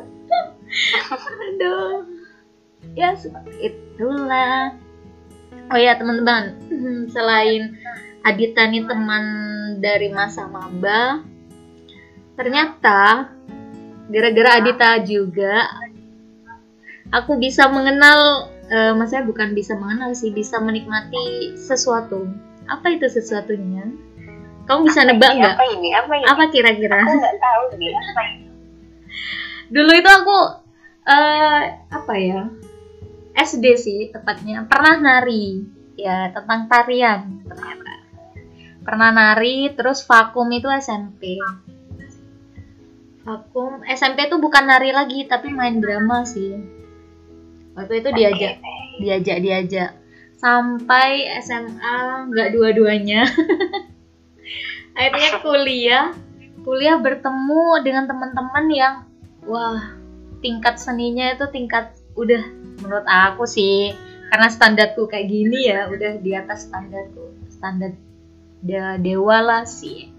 Aduh. Ya seperti itulah. Oh ya teman-teman, selain Adita nih teman dari masa maba, ternyata gara-gara Adita juga aku bisa mengenal, maksudnya bukan bisa mengenal sih, bisa menikmati sesuatu. Apa itu sesuatunya? Kamu bisa nebak nggak? Apa ini? Apa kira-kira? Aku nggak tahu nih. Apa ini? Dulu itu aku apa ya? SD sih tepatnya. Pernah nari, ya tentang tarian ternyata. Pernah nari, terus vakum itu SMP. Vakum SMP itu bukan nari lagi, tapi main drama sih. Waktu itu diajak sampai SMA nggak dua-duanya. Akhirnya kuliah bertemu dengan teman-teman yang wah, tingkat seninya itu tingkat udah menurut aku sih, karena standarku kayak gini ya, udah di atas standarku, standar dewa lah sih.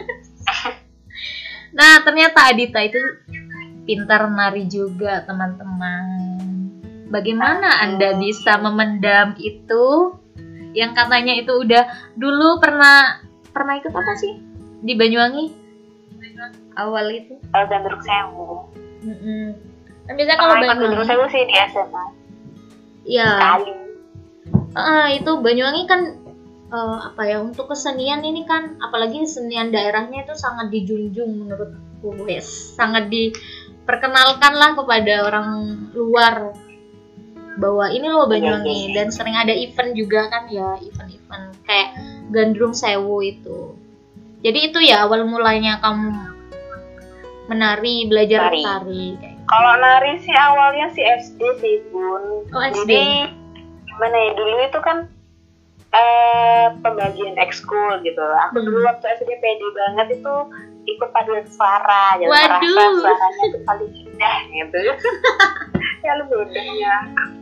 Nah ternyata Adita itu pintar nari juga teman-teman. Bagaimana Anda bisa memendam itu? Yang katanya itu udah dulu pernah ikut apa sih di Banyuwangi awal itu? Gandrung Sewu. Kan biasanya kalau Gandrung Banyuwangi Sewu sih di SMA. ya Kali. itu Banyuwangi kan apa ya, untuk kesenian ini kan, apalagi kesenian daerahnya itu sangat dijunjung menurutku, sangat diperkenalkan lah kepada orang luar bahwa ini loh Banyuwangi. Dan sering ada event juga kan ya, event-event kayak Gandrung Sewu itu. Jadi itu ya awal mulanya kamu menari, belajar tari kayak. Kalau nari sih awalnya sih SD sih Bun. Oh, SD. Jadi gimana ya, dulu itu kan pembagian ekskul gitu. Aku dulu waktu SD pede banget itu ikut paduan suara, jadi merasa suaranya tuh paling indah gitu. Ya lu bodohnya.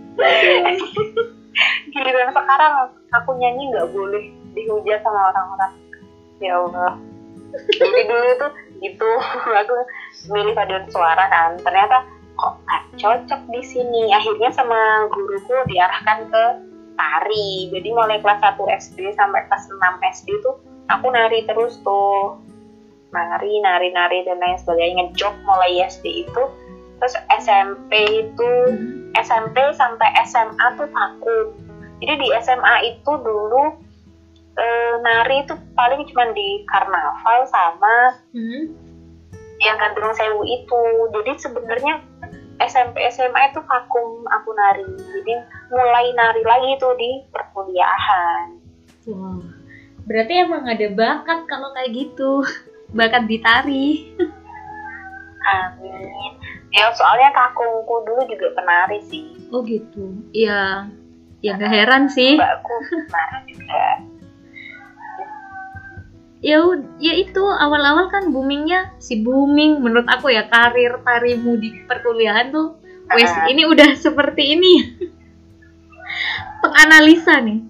Giliran sekarang aku nyanyi nggak boleh dihujat sama orang-orang. Ya Allah. Jadi dulu tuh gitu, aku milih paduan suara kan. Ternyata kok gak cocok di sini. Akhirnya sama guruku diarahkan ke tari. Jadi mulai kelas 1 SD sampai kelas 6 SD tuh aku nari terus tuh. Nari dan lain sebagainya, ngejok mulai SD itu. Terus SMP itu SMP sampai SMA tuh vakum. Jadi di SMA itu dulu nari itu paling cuma di karnaval sama yang Gandrung Sewu itu. Jadi sebenarnya SMP SMA itu vakum aku nari. Jadi mulai nari lagi tuh di perkuliahan. Wow. Berarti emang ada bakat kalau kayak gitu. Bakat di tari. Amin. Ya soalnya kakungku dulu juga penari sih. Oh gitu. Iya. Ya gak heran sih. Mbakku penari juga. ya itu awal-awal kan boomingnya si booming menurut aku ya, karir tarimu di perkuliahan tuh wes ini udah seperti ini. Penganalisa nih,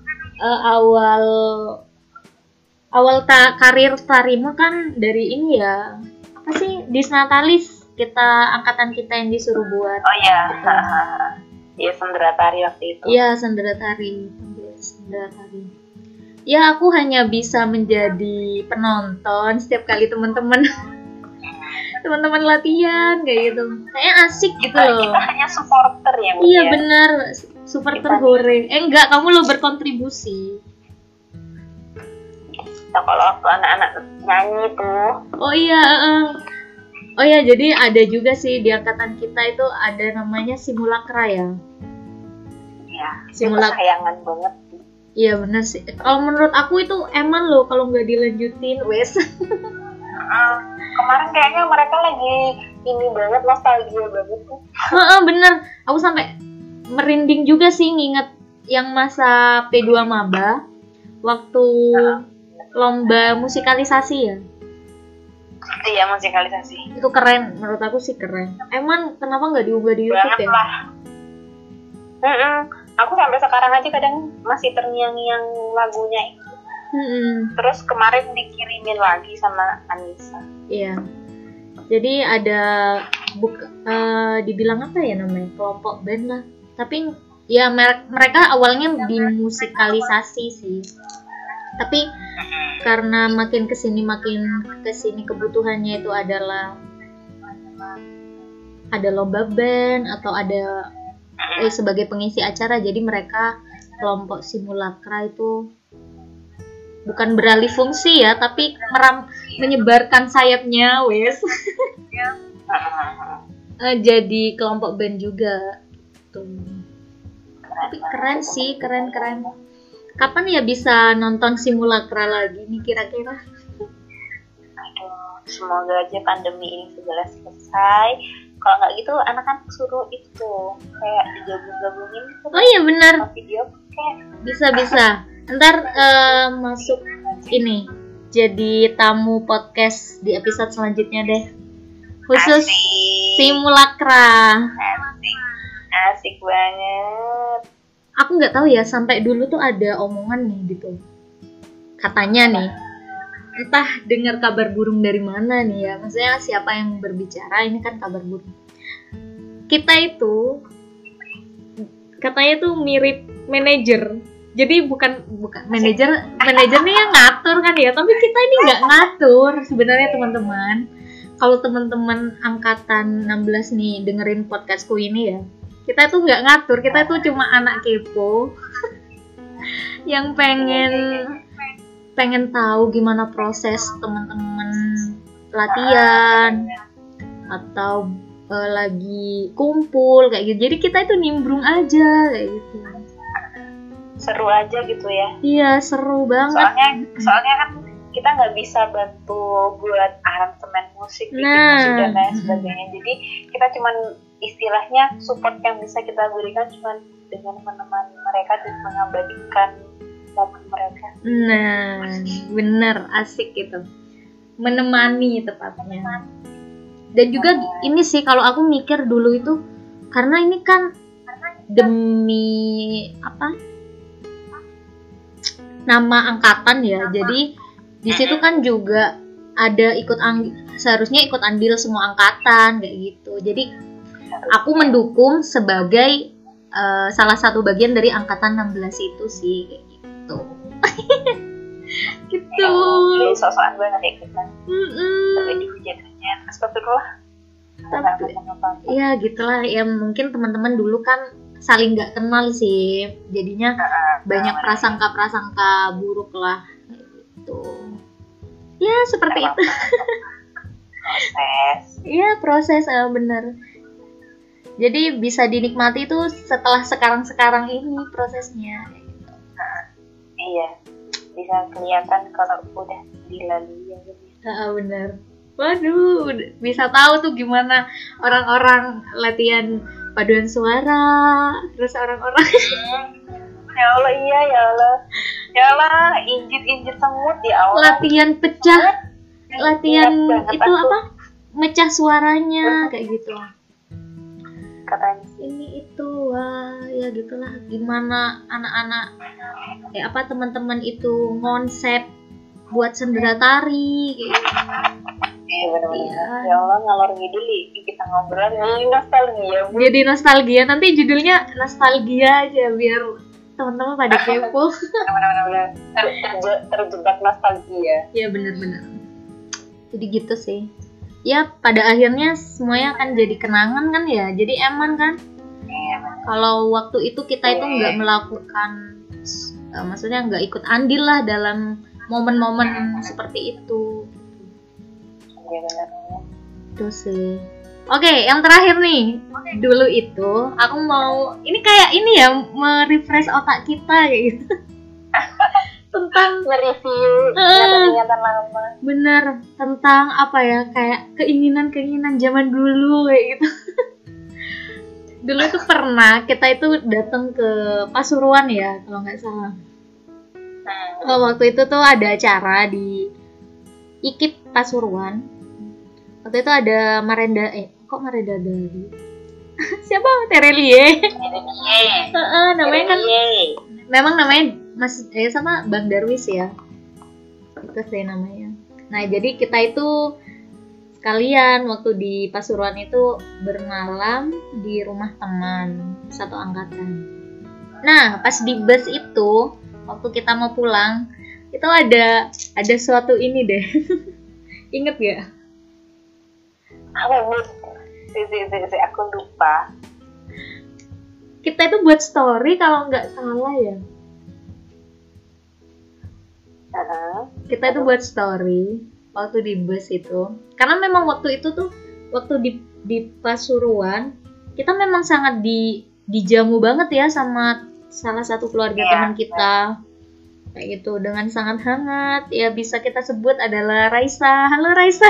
karir tarimu kan dari ini ya, apa sih, Disnatalis, angkatan kita yang disuruh buat. Oh iya, iya sendera tari waktu itu. Iya sendera tari. Ya aku hanya bisa menjadi penonton setiap kali teman-teman latihan kayak gitu. Kayaknya asik gitu loh. Kita hanya supporter ya. Iya benar, supporter hore. Enggak, kamu lo berkontribusi. Nah, kalau waktu anak-anak nyanyi tuh. Oh iya, jadi ada juga sih di angkatan kita itu ada namanya simulakra ya. Iya, simulakra kesayangan banget. Iya benar sih. Kalau menurut aku itu emang loh kalau nggak dilanjutin wes. Kemarin kayaknya mereka lagi ini banget, nostalgia banget tuh. Bener. Aku sampai merinding juga sih nginget yang masa P2 Maba waktu lomba musikalisasi ya. Iya, musikalisasi. Itu keren, menurut aku sih keren. Emang kenapa nggak diunggah di YouTube banget ya? Lah. Aku sampai sekarang aja kadang masih terngiang-ngiang lagunya itu. Terus kemarin dikirimin lagi sama Anissa. Iya. Jadi ada dibilang apa ya namanya, kelompok band lah. Tapi ya mereka awalnya di musikalisasi sih. Tapi karena makin kesini kebutuhannya itu adalah ada lomba band atau ada sebagai pengisi acara, jadi mereka kelompok simulakra itu bukan beralih fungsi ya, tapi menyebarkan sayapnya wes. Jadi kelompok band juga tuh. Tapi keren sih, keren. Kapan ya bisa nonton simulakra lagi nih kira-kira? Aduh, semoga aja pandemi ini segera selesai. Kalau nggak gitu anak-anak suruh itu kayak digabung-gabungin. Oh iya benar. Video kayak bisa. Ntar masuk ini jadi tamu podcast di episode selanjutnya deh. Khusus simulakra. Asik banget. Aku nggak tahu ya, sampai dulu tuh ada omongan nih gitu. Katanya nih, entah dengar kabar burung dari mana nih ya. Maksudnya siapa yang berbicara, ini kan kabar burung. Kita itu katanya tuh mirip manajer. Jadi bukan manajer nih yang ngatur kan ya, tapi kita ini nggak ngatur sebenarnya teman-teman. Kalau teman-teman angkatan 16 nih dengerin podcastku ini ya, kita tuh nggak ngatur, kita tuh cuma anak kepo yang pengen tahu gimana proses teman-teman latihan atau lagi kumpul kayak gitu. Jadi kita itu nimbrung aja kayak gitu. Seru aja gitu ya. Iya, seru banget. Soalnya kan kita nggak bisa bantu buat aransemen musik, bikin musik dan lain sebagainya. Jadi kita cuman istilahnya support yang bisa kita berikan cuman dengan menemani mereka dan mengabadikan momen mereka. Nah, bener, asik gitu. Menemani tepatnya. Dan juga ini sih kalau aku mikir dulu itu, karena ini kan demi nama angkatan ya. Jadi di situ kan juga ada seharusnya ikut andil semua angkatan kayak gitu. Jadi aku mendukung sebagai salah satu bagian dari angkatan 16 itu sih kayak gitu. Gitu. Sok-sokan banget ya kita. Tapi dihujat-hujat. Astagfirullah. Ya gitulah ya, mungkin teman-teman dulu kan saling nggak kenal sih, jadinya banyak prasangka buruk lah gitu. Ya seperti itu. Proses bener. Jadi bisa dinikmati tuh setelah sekarang ini prosesnya gitu. Iya, bisa kelihatan kalau udah dilalui ya. Bener. Waduh, bisa tahu tuh gimana orang-orang latihan paduan suara, terus orang-orang Ya Allah, iya ya Allah. Ya Allah, injit semut ya Allah. Latihan pecah, latihan Banget itu aku. apa? Mecah suaranya kayak gitu. Katanya Ini itu wah ya gitulah, gimana anak-anak teman-teman itu konsep buat sendera tari kayak gitu. iya benar-benar. Iya. Ya Allah, ngalor ngidul nih kita ngobrol ini nostalgia. Bu. Jadi nostalgia, nanti judulnya nostalgia aja biar teman-teman pada kepo. Benar-benar terjebak nostalgia. Ya bener-bener. Jadi gitu sih. Ya pada akhirnya semuanya akan jadi kenangan kan ya. Jadi eman kan. Iya benar. Kalau waktu itu kita itu nggak melakukan, maksudnya nggak ikut andil lah dalam momen-momen seperti itu. Iya benar. Itu sih. Oke, yang terakhir nih. Dulu itu aku mau, ini kayak ini ya, merefresh otak kita kayak gitu. Tentang Nge-review ingatan-ingatan lama. bener, tentang apa ya, kayak keinginan-keinginan zaman dulu kayak gitu. Dulu itu pernah kita itu datang ke Pasuruan ya kalau nggak salah. Waktu itu tuh ada acara di IKIP Pasuruan. Waktu itu ada Marenda, kok Marenda dari siapa? Terelie. Namanya kan memang namanya sama Bang Darwis ya. Itu sih namanya. Nah, jadi kita itu sekalian waktu di Pasuruan itu bermalam di rumah teman satu angkatan. Nah, pas di bus itu waktu kita mau pulang itu ada suatu ini deh. Ingat gak? Apa bu? Aku lupa. Kita itu buat story kalau nggak salah ya. Kita itu buat story waktu di bus itu. Karena memang waktu itu tuh waktu di Pasuruan kita memang sangat dijamu banget ya sama salah satu keluarga teman kita. Kayak gitu dengan sangat hangat. Ya bisa kita sebut adalah Raisa. Halo Raisa.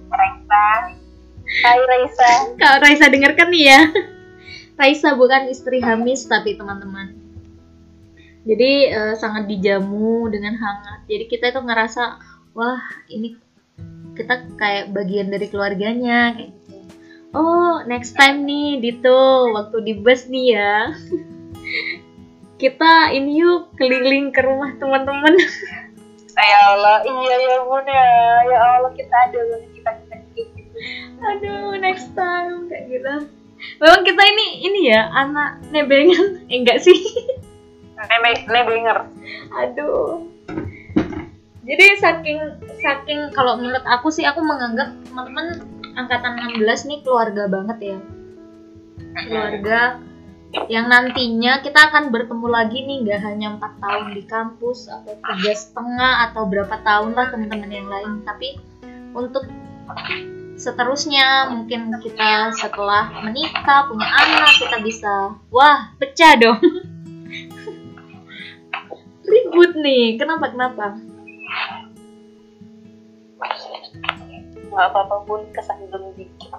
Hai Raisa. Kalau Raisa dengarkan nih ya. Raisa bukan istri Hamis tapi teman-teman. Jadi sangat dijamu dengan hangat. Jadi kita itu ngerasa wah ini kita kayak bagian dari keluarganya kayak gitu. Oh next time nih Dito waktu di bus nih ya. Kita ini yuk keliling ke rumah teman-teman. Ya Allah, iya ya bun ya. Ya Allah kita ada kita gitu. Aduh next time kayak gitu. Memang kita ini ya anak nebengan, enggak sih? Nebenger. Aduh. Jadi saking kalau menurut aku sih aku menganggap teman-teman angkatan 16 nih keluarga banget ya. Keluarga yang nantinya kita akan bertemu lagi nih, nggak hanya 4 tahun di kampus atau 3,5 atau berapa tahun lah teman-teman yang lain, tapi untuk seterusnya mungkin kita setelah menikah punya anak kita bisa pecah dong. Ribut nih, kenapa? Nggak apa-apa pun kesandung dikit.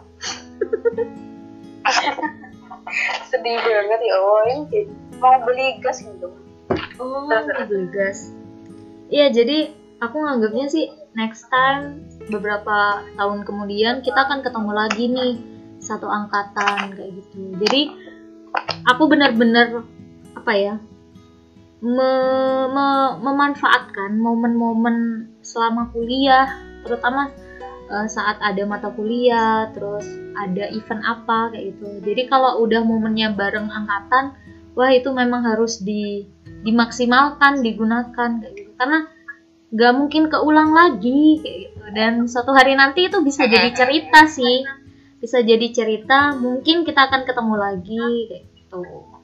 Sedih banget ya Allah, ini mau beli gas gitu. Oh, beli gas. Iya, jadi aku nganggapnya sih next time beberapa tahun kemudian kita akan ketemu lagi nih satu angkatan kayak gitu. Jadi aku benar-benar memanfaatkan momen-momen selama kuliah, terutama saat ada mata kuliah, terus ada event apa kayak gitu. Jadi kalau udah momennya bareng angkatan, wah itu memang harus dimaksimalkan, digunakan kayak gitu. Karena nggak mungkin keulang lagi kayak gitu. Dan suatu hari nanti itu bisa jadi cerita sih, bisa jadi cerita. Mungkin kita akan ketemu lagi kayak gitu.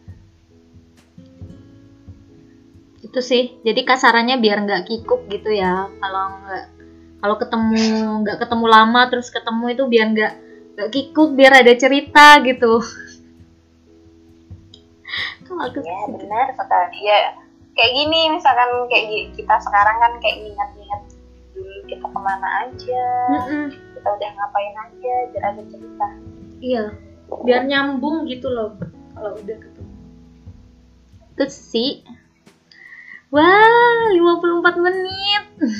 Itu sih. Jadi kasarannya biar nggak kikuk gitu ya. Kalau nggak ketemu lama terus ketemu itu biar nggak kikuk, biar ada cerita gitu. Ya benar sekali ya. Kayak gini misalkan kayak kita sekarang kan kayak ingat-ingat dulu kita kemana aja, kita udah ngapain aja, biar ada cerita. Iya, biar nyambung gitu loh kalau udah ketemu. Terus sih Wah, 54 menit.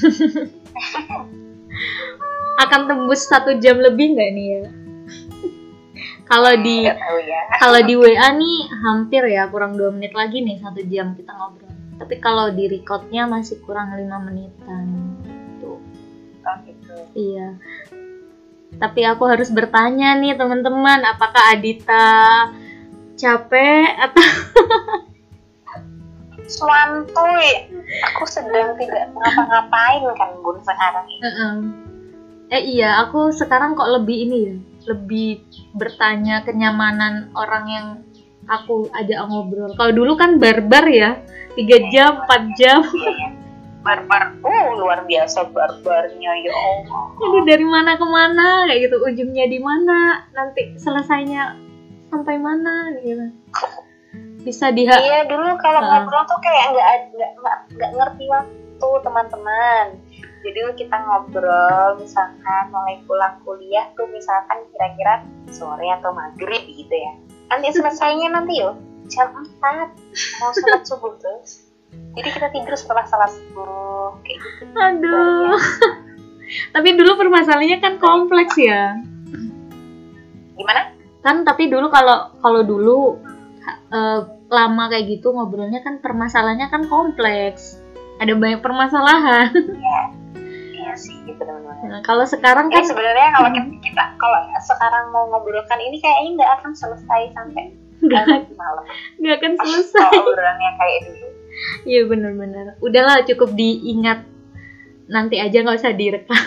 Akan tembus 1 jam lebih nggak nih ya? Kalau di Nggak tahu ya. kalau di WA nih hampir ya, kurang 2 menit lagi nih 1 jam kita ngobrol. Tapi kalau di recordnya masih kurang 5 menitan. Tuh. Oh gitu. Iya. Tapi aku harus bertanya nih teman-teman, apakah Adita capek atau Santuy, aku sedang tidak ngapa-ngapain kan Bun sekarang ini. Iya, aku sekarang kok lebih ini ya, lebih bertanya kenyamanan orang yang aku ajak ngobrol. Kalau dulu kan barbar ya, 3 jam, 4 jam. Iya. Barbar, luar biasa barbarnya ya Allah. Aduh, dari mana ke mana kayak gitu, ujungnya di mana, nanti selesainya sampai mana gitu. Bisa Iya, dulu kalau ngobrol tuh kayak nggak ngerti waktu teman-teman. Jadi kita ngobrol misalkan mulai pulang kuliah tuh misalkan kira-kira sore atau maghrib gitu ya. Nanti selesainya nanti jam 4 mau sholat subuh tuh. Jadi kita tidur setelah sholat subuh kayak gitu. Aduh. Tapi dulu permasalahannya kan kompleks ya. Gimana? Kan tapi dulu kalau dulu lama kayak gitu ngobrolnya kan permasalahannya kan kompleks. Ada banyak permasalahan. Iya sih, benar-benar. Nah, kalau sekarang kan sebenarnya kalau kita kalau sekarang mau ngobrolkan ini kayaknya nggak akan selesai sampai malam. nggak akan selesai. Obrolannya kayak dulu. Iya benar-benar. Udahlah, cukup diingat. Nanti aja nggak usah direkam.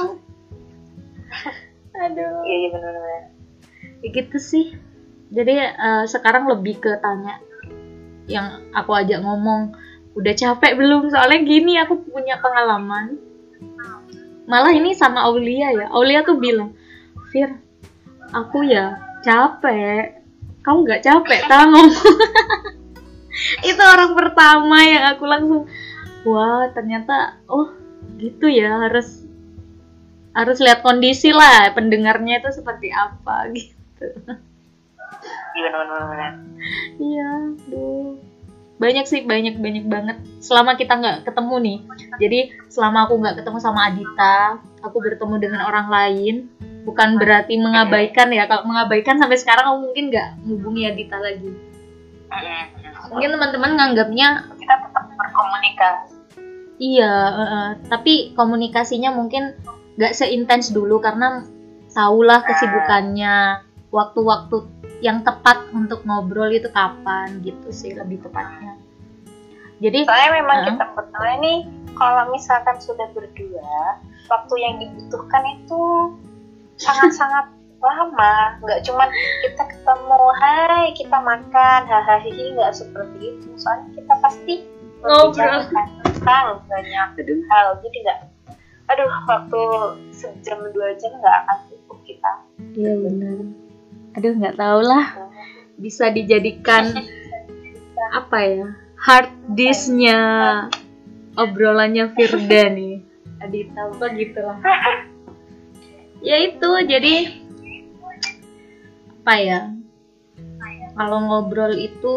Aduh. Iya benar-benar. Ya gitu sih. Jadi sekarang lebih ke tanya yang aku ajak ngomong, udah capek belum? Soalnya gini, aku punya pengalaman. Malah ini sama Aulia ya. Aulia tuh bilang, Fir, aku ya capek. Kamu nggak capek tau ngomong? Itu orang pertama yang aku langsung, wah ternyata, oh gitu ya, harus lihat kondisi lah pendengarnya itu seperti apa gitu. Iya benar-benar. Iya, duh. Banyak sih, banyak banget. Selama kita nggak ketemu nih, jadi selama aku nggak ketemu sama Adita, aku bertemu dengan orang lain, bukan berarti mengabaikan ya. Kalau mengabaikan sampai sekarang aku mungkin nggak menghubungi Adita lagi. Mungkin teman-teman nganggapnya kita tetap berkomunikasi. Iya, tapi komunikasinya mungkin nggak seintens dulu karena tahulah kesibukannya, waktu-waktu yang tepat untuk ngobrol itu kapan gitu sih lebih tepatnya. Jadi soalnya memang kita berdua nih kalau misalkan sudah berdua, waktu yang dibutuhkan itu sangat-sangat lama. Nggak cuma kita ketemu, hai kita makan, hahaha, nggak seperti itu. Soalnya kita pasti ngobrol tentang banyak hal. Jadi nggak, waktu sejam 2 jam nggak akan cukup kita. Iya benar. Aduh, nggak tahu lah, bisa dijadikan apa ya, hard disk-nya obrolannya Firda nih, Adita apa gitulah. Ya itu, jadi apa ya, kalau ngobrol itu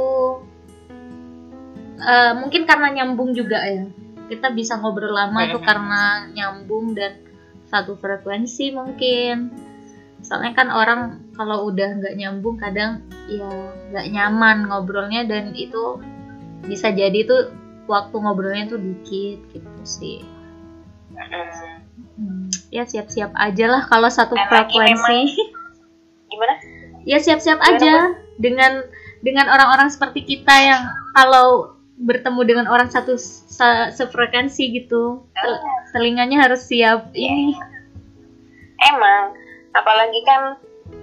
mungkin karena nyambung juga ya, kita bisa ngobrol lama itu karena nyambung dan satu frekuensi mungkin. Soalnya kan orang kalau udah nggak nyambung kadang ya nggak nyaman ngobrolnya, dan itu bisa jadi tuh waktu ngobrolnya tuh dikit gitu sih. Ya siap-siap aja lah kalau satu frekuensi. Gimana? Ya siap-siap aja dengan orang-orang seperti kita yang kalau bertemu dengan orang satu sefrekuensi gitu, telinganya harus siap ini. Emang apalagi kan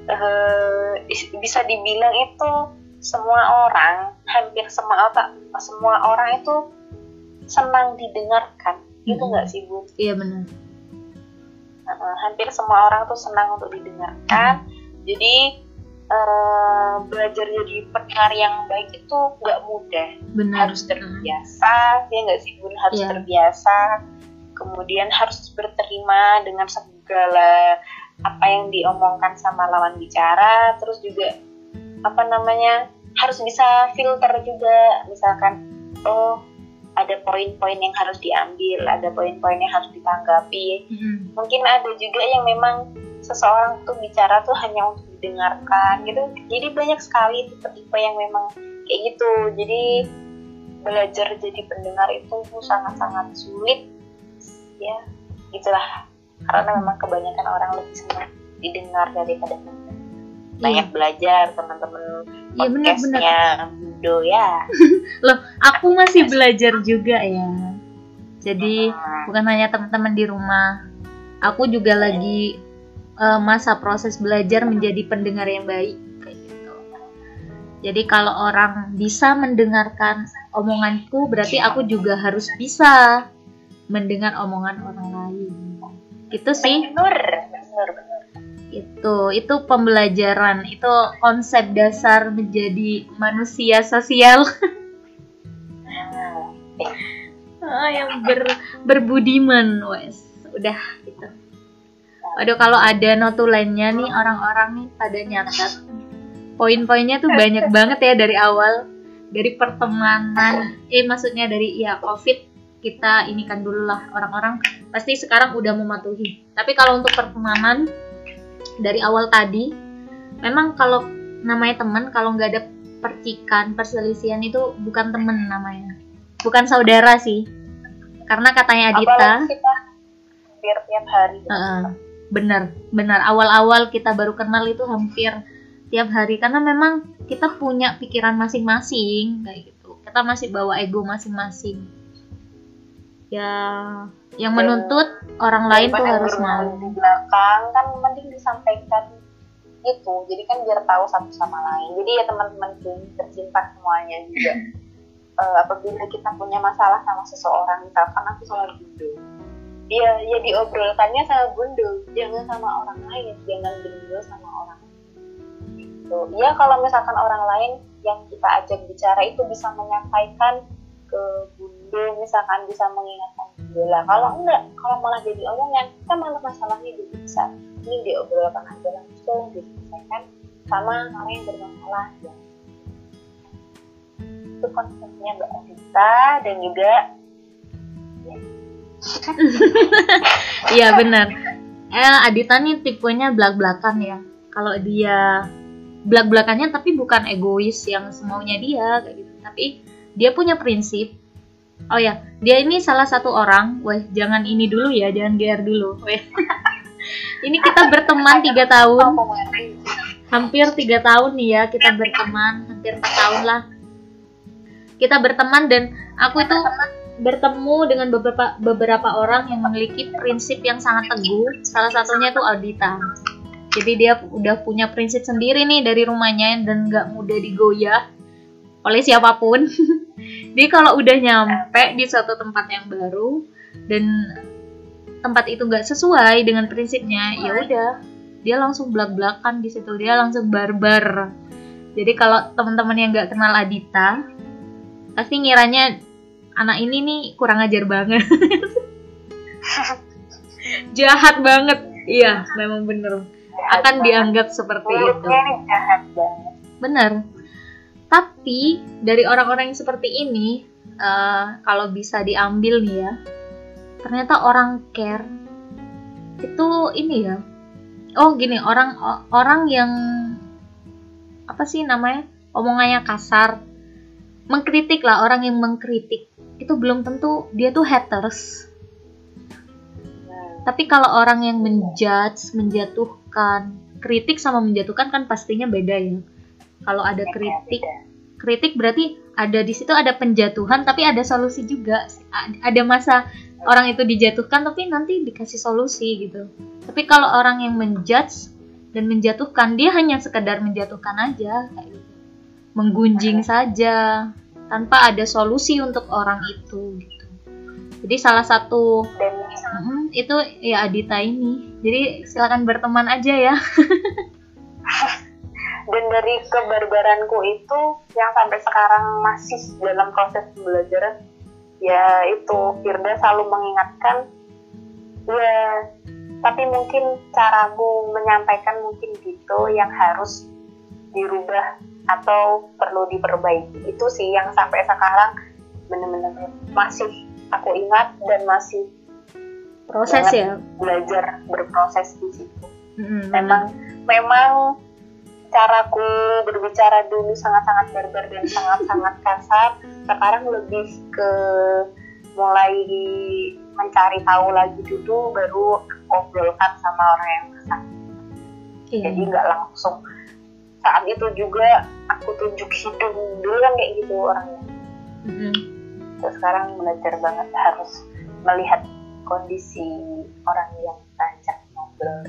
bisa dibilang itu semua orang, hampir semua orang itu senang didengarkan, gitu nggak sih Bu? Iya benar. Hampir semua orang tuh senang untuk didengarkan. Jadi belajar jadi pendengar yang baik itu nggak mudah. Benar. Harus terbiasa, ya nggak sih Bun? Harus terbiasa. Kemudian harus berterima dengan segala apa yang diomongkan sama lawan bicara. Terus juga harus bisa filter juga. Misalkan ada poin-poin yang harus diambil, ada poin-poin yang harus ditanggapi. Mungkin ada juga yang memang seseorang tuh bicara tuh hanya untuk didengarkan gitu. Jadi banyak sekali tipe-tipe yang memang kayak gitu. Jadi belajar jadi pendengar itu sangat-sangat sulit ya, gitulah. Karena memang kebanyakan orang lebih senang didengar daripada mendengar. Banyak belajar teman-teman podcastnya Bundo ya. Loh, aku masih belajar juga ya. Jadi bukan hanya teman-teman di rumah, aku juga lagi masa proses belajar menjadi pendengar yang baik kayak gitu. Jadi kalau orang bisa mendengarkan omonganku, berarti aku juga harus bisa mendengar omongan orang lain. Itu sih. Benar. Itu pembelajaran, itu konsep dasar menjadi manusia sosial. Yang berbudiman, wes. Udah gitu. Waduh, kalau ada notulennya nih, orang-orang nih pada nyatet. Poin-poinnya tuh banyak banget ya dari awal. Dari pertemanan, maksudnya dari COVID, kita ini kan dulu lah, orang-orang pasti sekarang udah mematuhi. Tapi kalau untuk pertemanan, dari awal tadi, memang kalau namanya teman, kalau nggak ada percikan, perselisihan itu bukan teman namanya. Bukan saudara sih. Karena katanya Adita, apalagi kita hampir tiap hari. Benar. Awal-awal kita baru kenal itu hampir tiap hari, karena memang kita punya pikiran masing-masing kayak gitu. Kita masih bawa ego masing-masing. Ya, yang menuntut orang lain tuh harus mau. Di belakang kan mending disampaikan gitu. Jadi kan biar tahu satu sama lain. Jadi ya teman-teman tercinta semuanya juga. Apabila kita punya masalah sama seseorang, misalkan aku sama Bundo, ya diobrolkannya sama Bundo, jangan sama orang lain, jangan Bundo sama orang lain. Gitu. Ya kalau misalkan orang lain yang kita ajak bicara itu bisa menyampaikan ke Bundo, misalkan bisa mengingatkan Bundo lah. Kalau enggak, kalau malah jadi omongan, kita malah masalahnya jadi besar. Ini diobrolkan aja langsung, diselesaikan sama orang yang bermasalah. Ya. Itu konsepnya Mbak Adita dan juga iya benar. Adita nih tipenya belak-belakan ya. Kalau dia belak-belakannya tapi bukan egois yang semaunya dia kayak gitu. Tapi dia punya prinsip. Oh ya, dia ini salah satu orang. Wah, jangan ini dulu ya, jangan GR dulu. Weh. Ini kita berteman 3 tahun. Hampir 3 tahun nih ya kita berteman, hampir 4 tahun lah. Kita berteman dan aku itu bertemu dengan beberapa orang yang memiliki prinsip yang sangat teguh. Salah satunya itu Adita. Jadi dia udah punya prinsip sendiri nih dari rumahnya dan gak mudah digoyah oleh siapapun. Jadi kalau udah nyampe di suatu tempat yang baru dan tempat itu gak sesuai dengan prinsipnya, ya udah dia langsung belak-belakan di situ, dia langsung barbar. Jadi kalau teman-teman yang gak kenal Adita pasti ngiranya anak ini nih kurang ajar banget. Jahat banget. Iya, memang bener. Akan dianggap seperti itu. Jahat banget. Bener. Tapi dari orang-orang yang seperti ini, kalau bisa diambil nih ya, ternyata orang care itu ini ya. Oh gini, orang yang apa sih namanya? Omongannya kasar. Mengkritik lah, orang yang mengkritik itu belum tentu dia tuh haters. Tapi kalau orang yang menjudge, menjatuhkan, kritik sama menjatuhkan kan pastinya beda ya. Kalau ada kritik berarti ada di situ ada penjatuhan tapi ada solusi juga. Ada masa orang itu dijatuhkan tapi nanti dikasih solusi gitu. Tapi kalau orang yang menjudge dan menjatuhkan, dia hanya sekedar menjatuhkan aja kayak gitu. Menggunjing saja tanpa ada solusi untuk orang itu gitu. Jadi salah satu itu ya Adita ini. Jadi silakan berteman aja ya. Dan dari kebarbaranku itu yang sampai sekarang masih dalam proses pembelajaran, ya itu Firda selalu mengingatkan, ya tapi mungkin caramu menyampaikan mungkin gitu yang harus dirubah atau perlu diperbaiki. Itu sih yang sampai sekarang bener-bener masih aku ingat dan masih proses ya, belajar berproses di situ. Memang caraku berbicara dulu sangat-sangat barbar dan sangat-sangat kasar. Sekarang lebih ke mulai mencari tahu lagi dulu, baru obrolkan sama orang yang bersangkutan. Jadi nggak langsung saat itu juga aku tunjuk hidung dulu kan kayak gitu orangnya. Terus sekarang belajar banget harus melihat kondisi orang yang tajam ngobrol.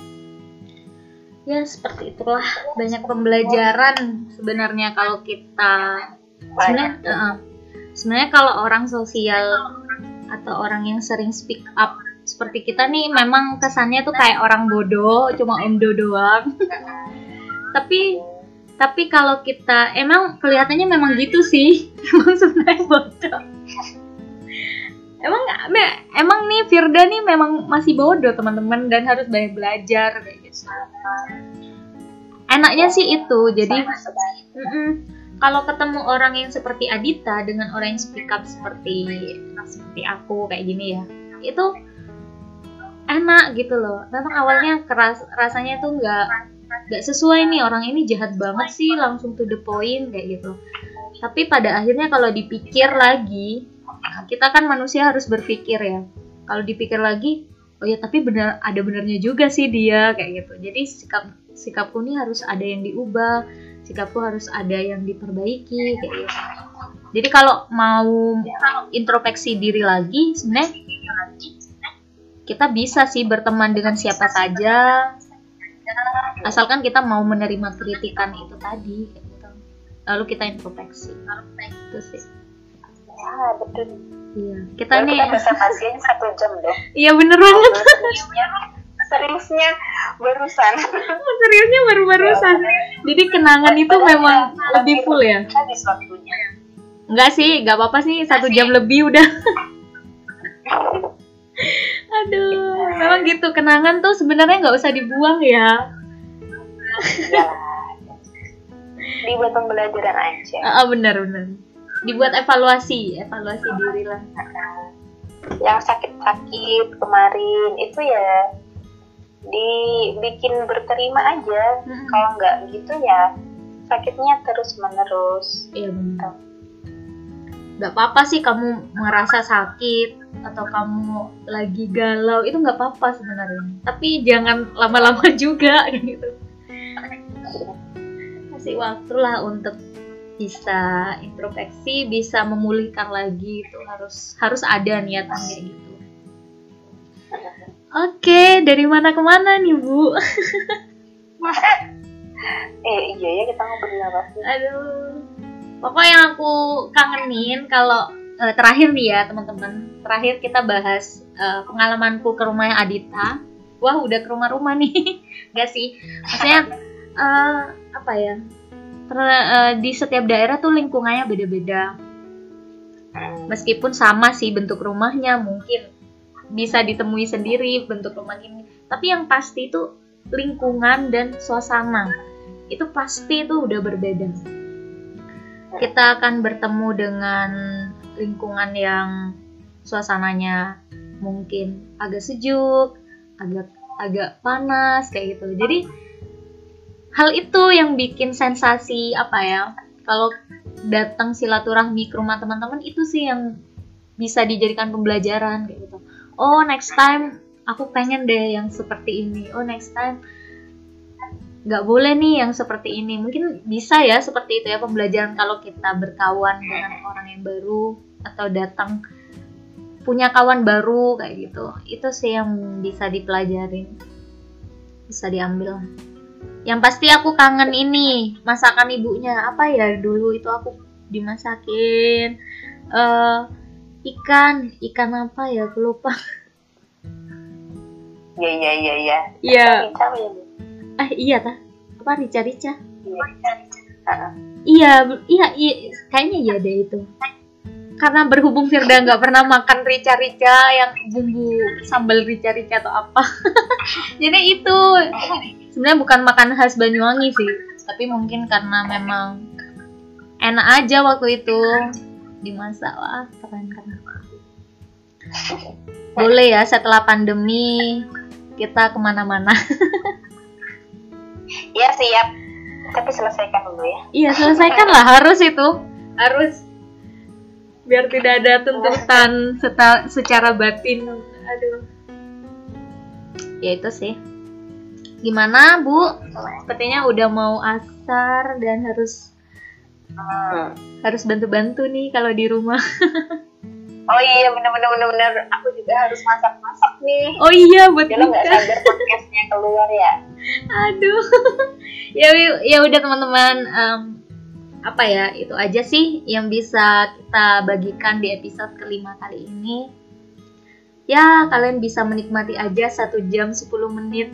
Ya seperti itulah, banyak pembelajaran sebenarnya kalau kita sebenarnya kalau orang sosial atau orang yang sering speak up seperti kita nih memang kesannya tuh kayak orang bodoh, cuma omdo doang. tapi kalau kita emang kelihatannya memang gitu sih, emang sebenarnya bodoh. Emang nih Firda nih memang masih bodoh teman-teman dan harus banyak belajar kayak gitu. Enaknya sih itu, jadi kalau ketemu orang yang seperti Adita dengan orang yang speak up seperti aku kayak gini ya, itu enak gitu loh. Memang awalnya rasanya tuh nggak sesuai nih, orang ini jahat banget sih, langsung to the point kayak gitu. Tapi pada akhirnya kalau dipikir lagi, kita kan manusia harus berpikir ya. Kalau dipikir lagi, oh ya tapi ada benernya juga sih dia kayak gitu. Jadi sikapku ini harus ada yang diubah, sikapku harus ada yang diperbaiki kayak gitu. Jadi kalau mau introspeksi diri lagi, sebenarnya kita bisa sih berteman dengan siapa saja, asalkan kita mau menerima kritikan itu tadi kayak gitu. Lalu kita introspeksi. Itu sih. Ya betul. Iya. Kita nih presentasinya 1 jam deh. Iya bener banget. Seriusnya barusan. Seriusnya barusan. Jadi kenangan itu memang lebih full ya. Habis waktunya. Enggak sih, enggak apa-apa sih, 1 jam lebih udah. Aduh, memang gitu, kenangan tuh sebenarnya nggak usah dibuang ya. Ya. Dibuat pembelajaran aja. Benar. Dibuat evaluasi diri lah. Yang sakit-sakit kemarin itu ya dibikin berterima aja. Kalau nggak gitu ya sakitnya terus menerus. Iya benar. Nggak apa-apa sih kamu merasa sakit atau kamu lagi galau, itu nggak apa-apa sebenarnya. Tapi jangan lama-lama juga gitu. Kasih waktu lah untuk bisa introspeksi, bisa memulihkan lagi, itu harus ada niatan kayak gitu. Oke, dari mana ke mana nih Bu? Iya ya, kita ngobrolin apa sih? Aduh, pokoknya yang aku kangenin kalau terakhir nih ya teman-teman, terakhir kita bahas pengalamanku ke rumahnya Adita. Wah udah ke rumah-rumah nih, gak sih? Maksudnya apa ya? Di setiap daerah tuh lingkungannya beda-beda. Meskipun sama sih bentuk rumahnya, mungkin bisa ditemui sendiri bentuk rumah ini. Tapi yang pasti itu lingkungan dan suasana. Itu pasti itu udah berbeda. Kita akan bertemu dengan lingkungan yang suasananya mungkin agak sejuk, agak panas kayak gitu. Jadi hal itu yang bikin sensasi apa ya, kalau datang silaturahmi ke rumah teman-teman itu sih yang bisa dijadikan pembelajaran kayak gitu. Oh next time aku pengen deh yang seperti ini. Oh next time nggak boleh nih yang seperti ini. Mungkin bisa ya seperti itu ya pembelajaran kalau kita berkawan dengan orang yang baru atau datang punya kawan baru kayak gitu. Itu sih yang bisa dipelajarin, bisa diambil. Yang pasti aku kangen ini masakan ibunya. Apa ya dulu itu aku dimasakin ikan apa ya, aku lupa. Iya. Iya. Iya tah? Apa rica-rica? Iya, kayaknya iya deh itu. Karena berhubung Firda nggak pernah makan rica-rica yang bumbu sambal rica-rica atau apa. Jadi itu sebenarnya bukan makanan khas Banyuwangi sih, tapi mungkin karena memang enak aja waktu itu. dimasak. Wah, keren. Boleh ya setelah pandemi kita kemana-mana. Iya siap. Tapi selesaikan dulu ya. Iya, selesaikan lah, harus biar tidak ada tuntutan secara batin. Aduh. Ya itu sih. Gimana, Bu? Sepertinya udah mau asar dan harus bantu-bantu nih kalau di rumah. Oh iya, bener. Aku juga harus masak nih. Oh iya, buat Kalau nggak sadar podcastnya keluar ya. Aduh. ya udah teman-teman, apa ya, itu aja sih yang bisa kita bagikan di episode kelima kali ini. Ya, kalian bisa menikmati aja 1 jam 10 menit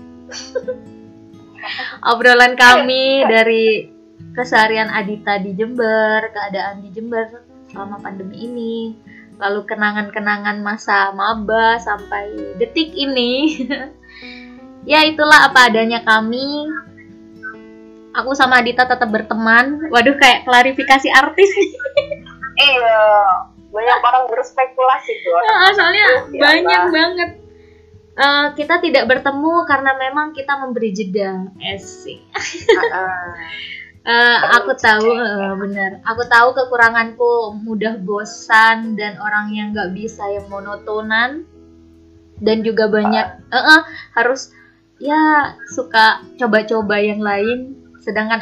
obrolan kami dari keseharian Adita di Jember, keadaan di Jember selama pandemi ini, lalu kenangan-kenangan masa maba sampai detik ini. Ya itulah apa adanya kami. Aku sama Adita tetap berteman. Waduh, kayak klarifikasi artis nih. Iya, banyak orang berspekulasi tuh. Soalnya banyak banget. Kita tidak bertemu karena memang kita memberi jeda. Asik. Aku tahu, benar. Aku tahu kekuranganku mudah bosan dan orang yang nggak bisa yang monotonan, dan juga banyak harus ya suka coba-coba yang lain. Sedangkan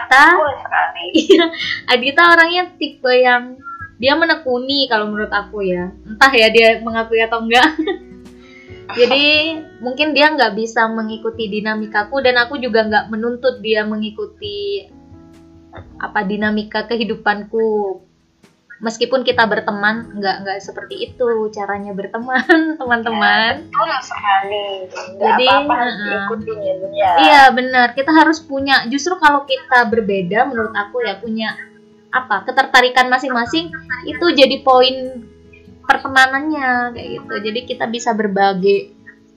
Adita orangnya tipe yang dia menekuni kalau menurut aku ya. Entah ya dia mengakui atau enggak. Jadi mungkin dia nggak bisa mengikuti dinamikaku, dan aku juga nggak menuntut dia mengikuti dinamika kehidupanku. Meskipun kita berteman, nggak seperti itu caranya berteman, teman-teman. Betul sekali. Jadi ikutin ya. Iya benar, kita harus punya. Justru kalau kita berbeda, menurut aku ya punya ketertarikan masing-masing, itu jadi poin pertemanannya kayak gitu. Jadi kita bisa berbagi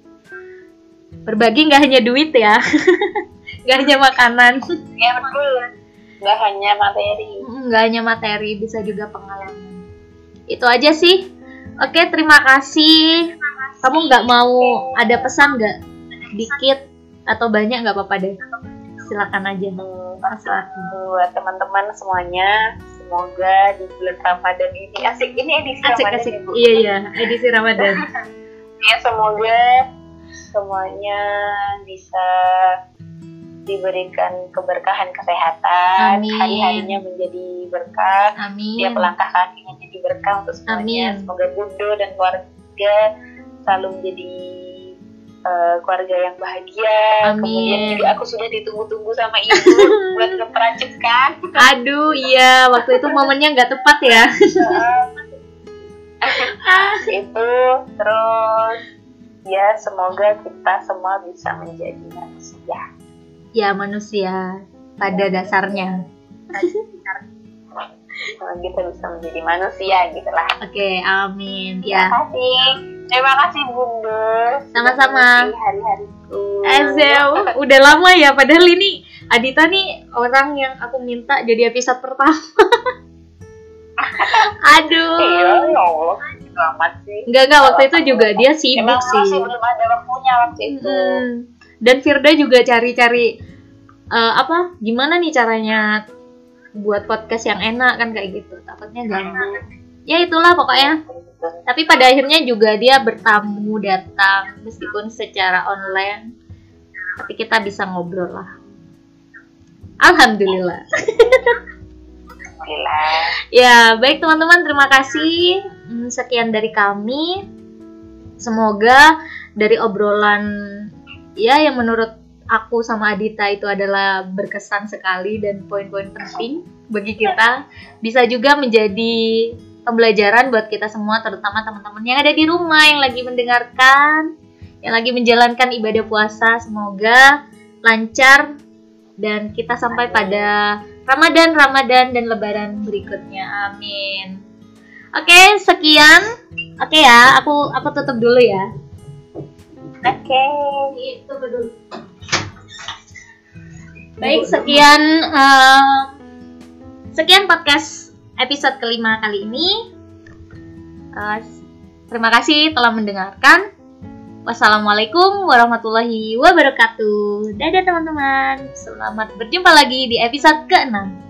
nggak hanya duit ya, nggak hanya makanan. Ya betul. Nggak hanya materi, bisa juga pengalaman. Itu aja sih. Oke, terima kasih. Kamu nggak mau ada pesan nggak? Dikit atau banyak nggak apa-apa deh. Silakan aja. Buat teman-teman semuanya, semoga di bulan Ramadan ini asik Ramadan. Asik. Iya, edisi Ramadan. Ya, semoga semuanya bisa diberikan keberkahan kesehatan. Amin. Hari-harinya menjadi berkah. Amin. Tiap langkah kakinya jadi berkah untuk semuanya. Amin. Semoga Bunda dan keluarga selalu menjadi keluarga yang bahagia. Amin. Kemudian juga aku sudah ditunggu-tunggu sama ibu buat ngeperacik kan. Aduh, iya, waktu itu momennya nggak tepat ya. Itu terus ya, semoga kita semua bisa menjadi manusia. Ya, manusia pada dasarnya. Kita bisa menjadi manusia gitulah. Oke, amin. Ya. Terima kasih Bunda. Sama-sama. Hari-hariku. Udah lama ya, padahal ini Adita nih orang yang aku minta jadi episode pertama. Aduh. Iya, ya Allah. Itu amat sih. Enggak, waktu itu juga dia sibuk emang sih. Emang belum ada waktunya waktu itu. Dan Firda juga cari-cari gimana nih caranya buat podcast yang enak kan kayak gitu. Takutnya ganggu. Ya itulah pokoknya. Tapi pada akhirnya juga dia bertamu datang meskipun secara online. Tapi kita bisa ngobrol lah. Alhamdulillah. Ya, baik teman-teman, terima kasih. Sekian dari kami. Semoga dari obrolan ya yang menurut aku sama Adita itu adalah berkesan sekali dan poin-poin penting bagi kita, bisa juga menjadi pembelajaran buat kita semua, terutama teman-teman yang ada di rumah yang lagi mendengarkan, yang lagi menjalankan ibadah puasa. Semoga lancar dan kita sampai pada Ramadan dan Lebaran berikutnya. Amin. Oke, sekian. Oke ya, aku tutup dulu ya. Oke. Itu dulu. Baik, sekian podcast episode kelima kali ini. Terima kasih telah mendengarkan. Wassalamualaikum warahmatullahi wabarakatuh. Dadah teman-teman. Selamat berjumpa lagi di episode ke-6.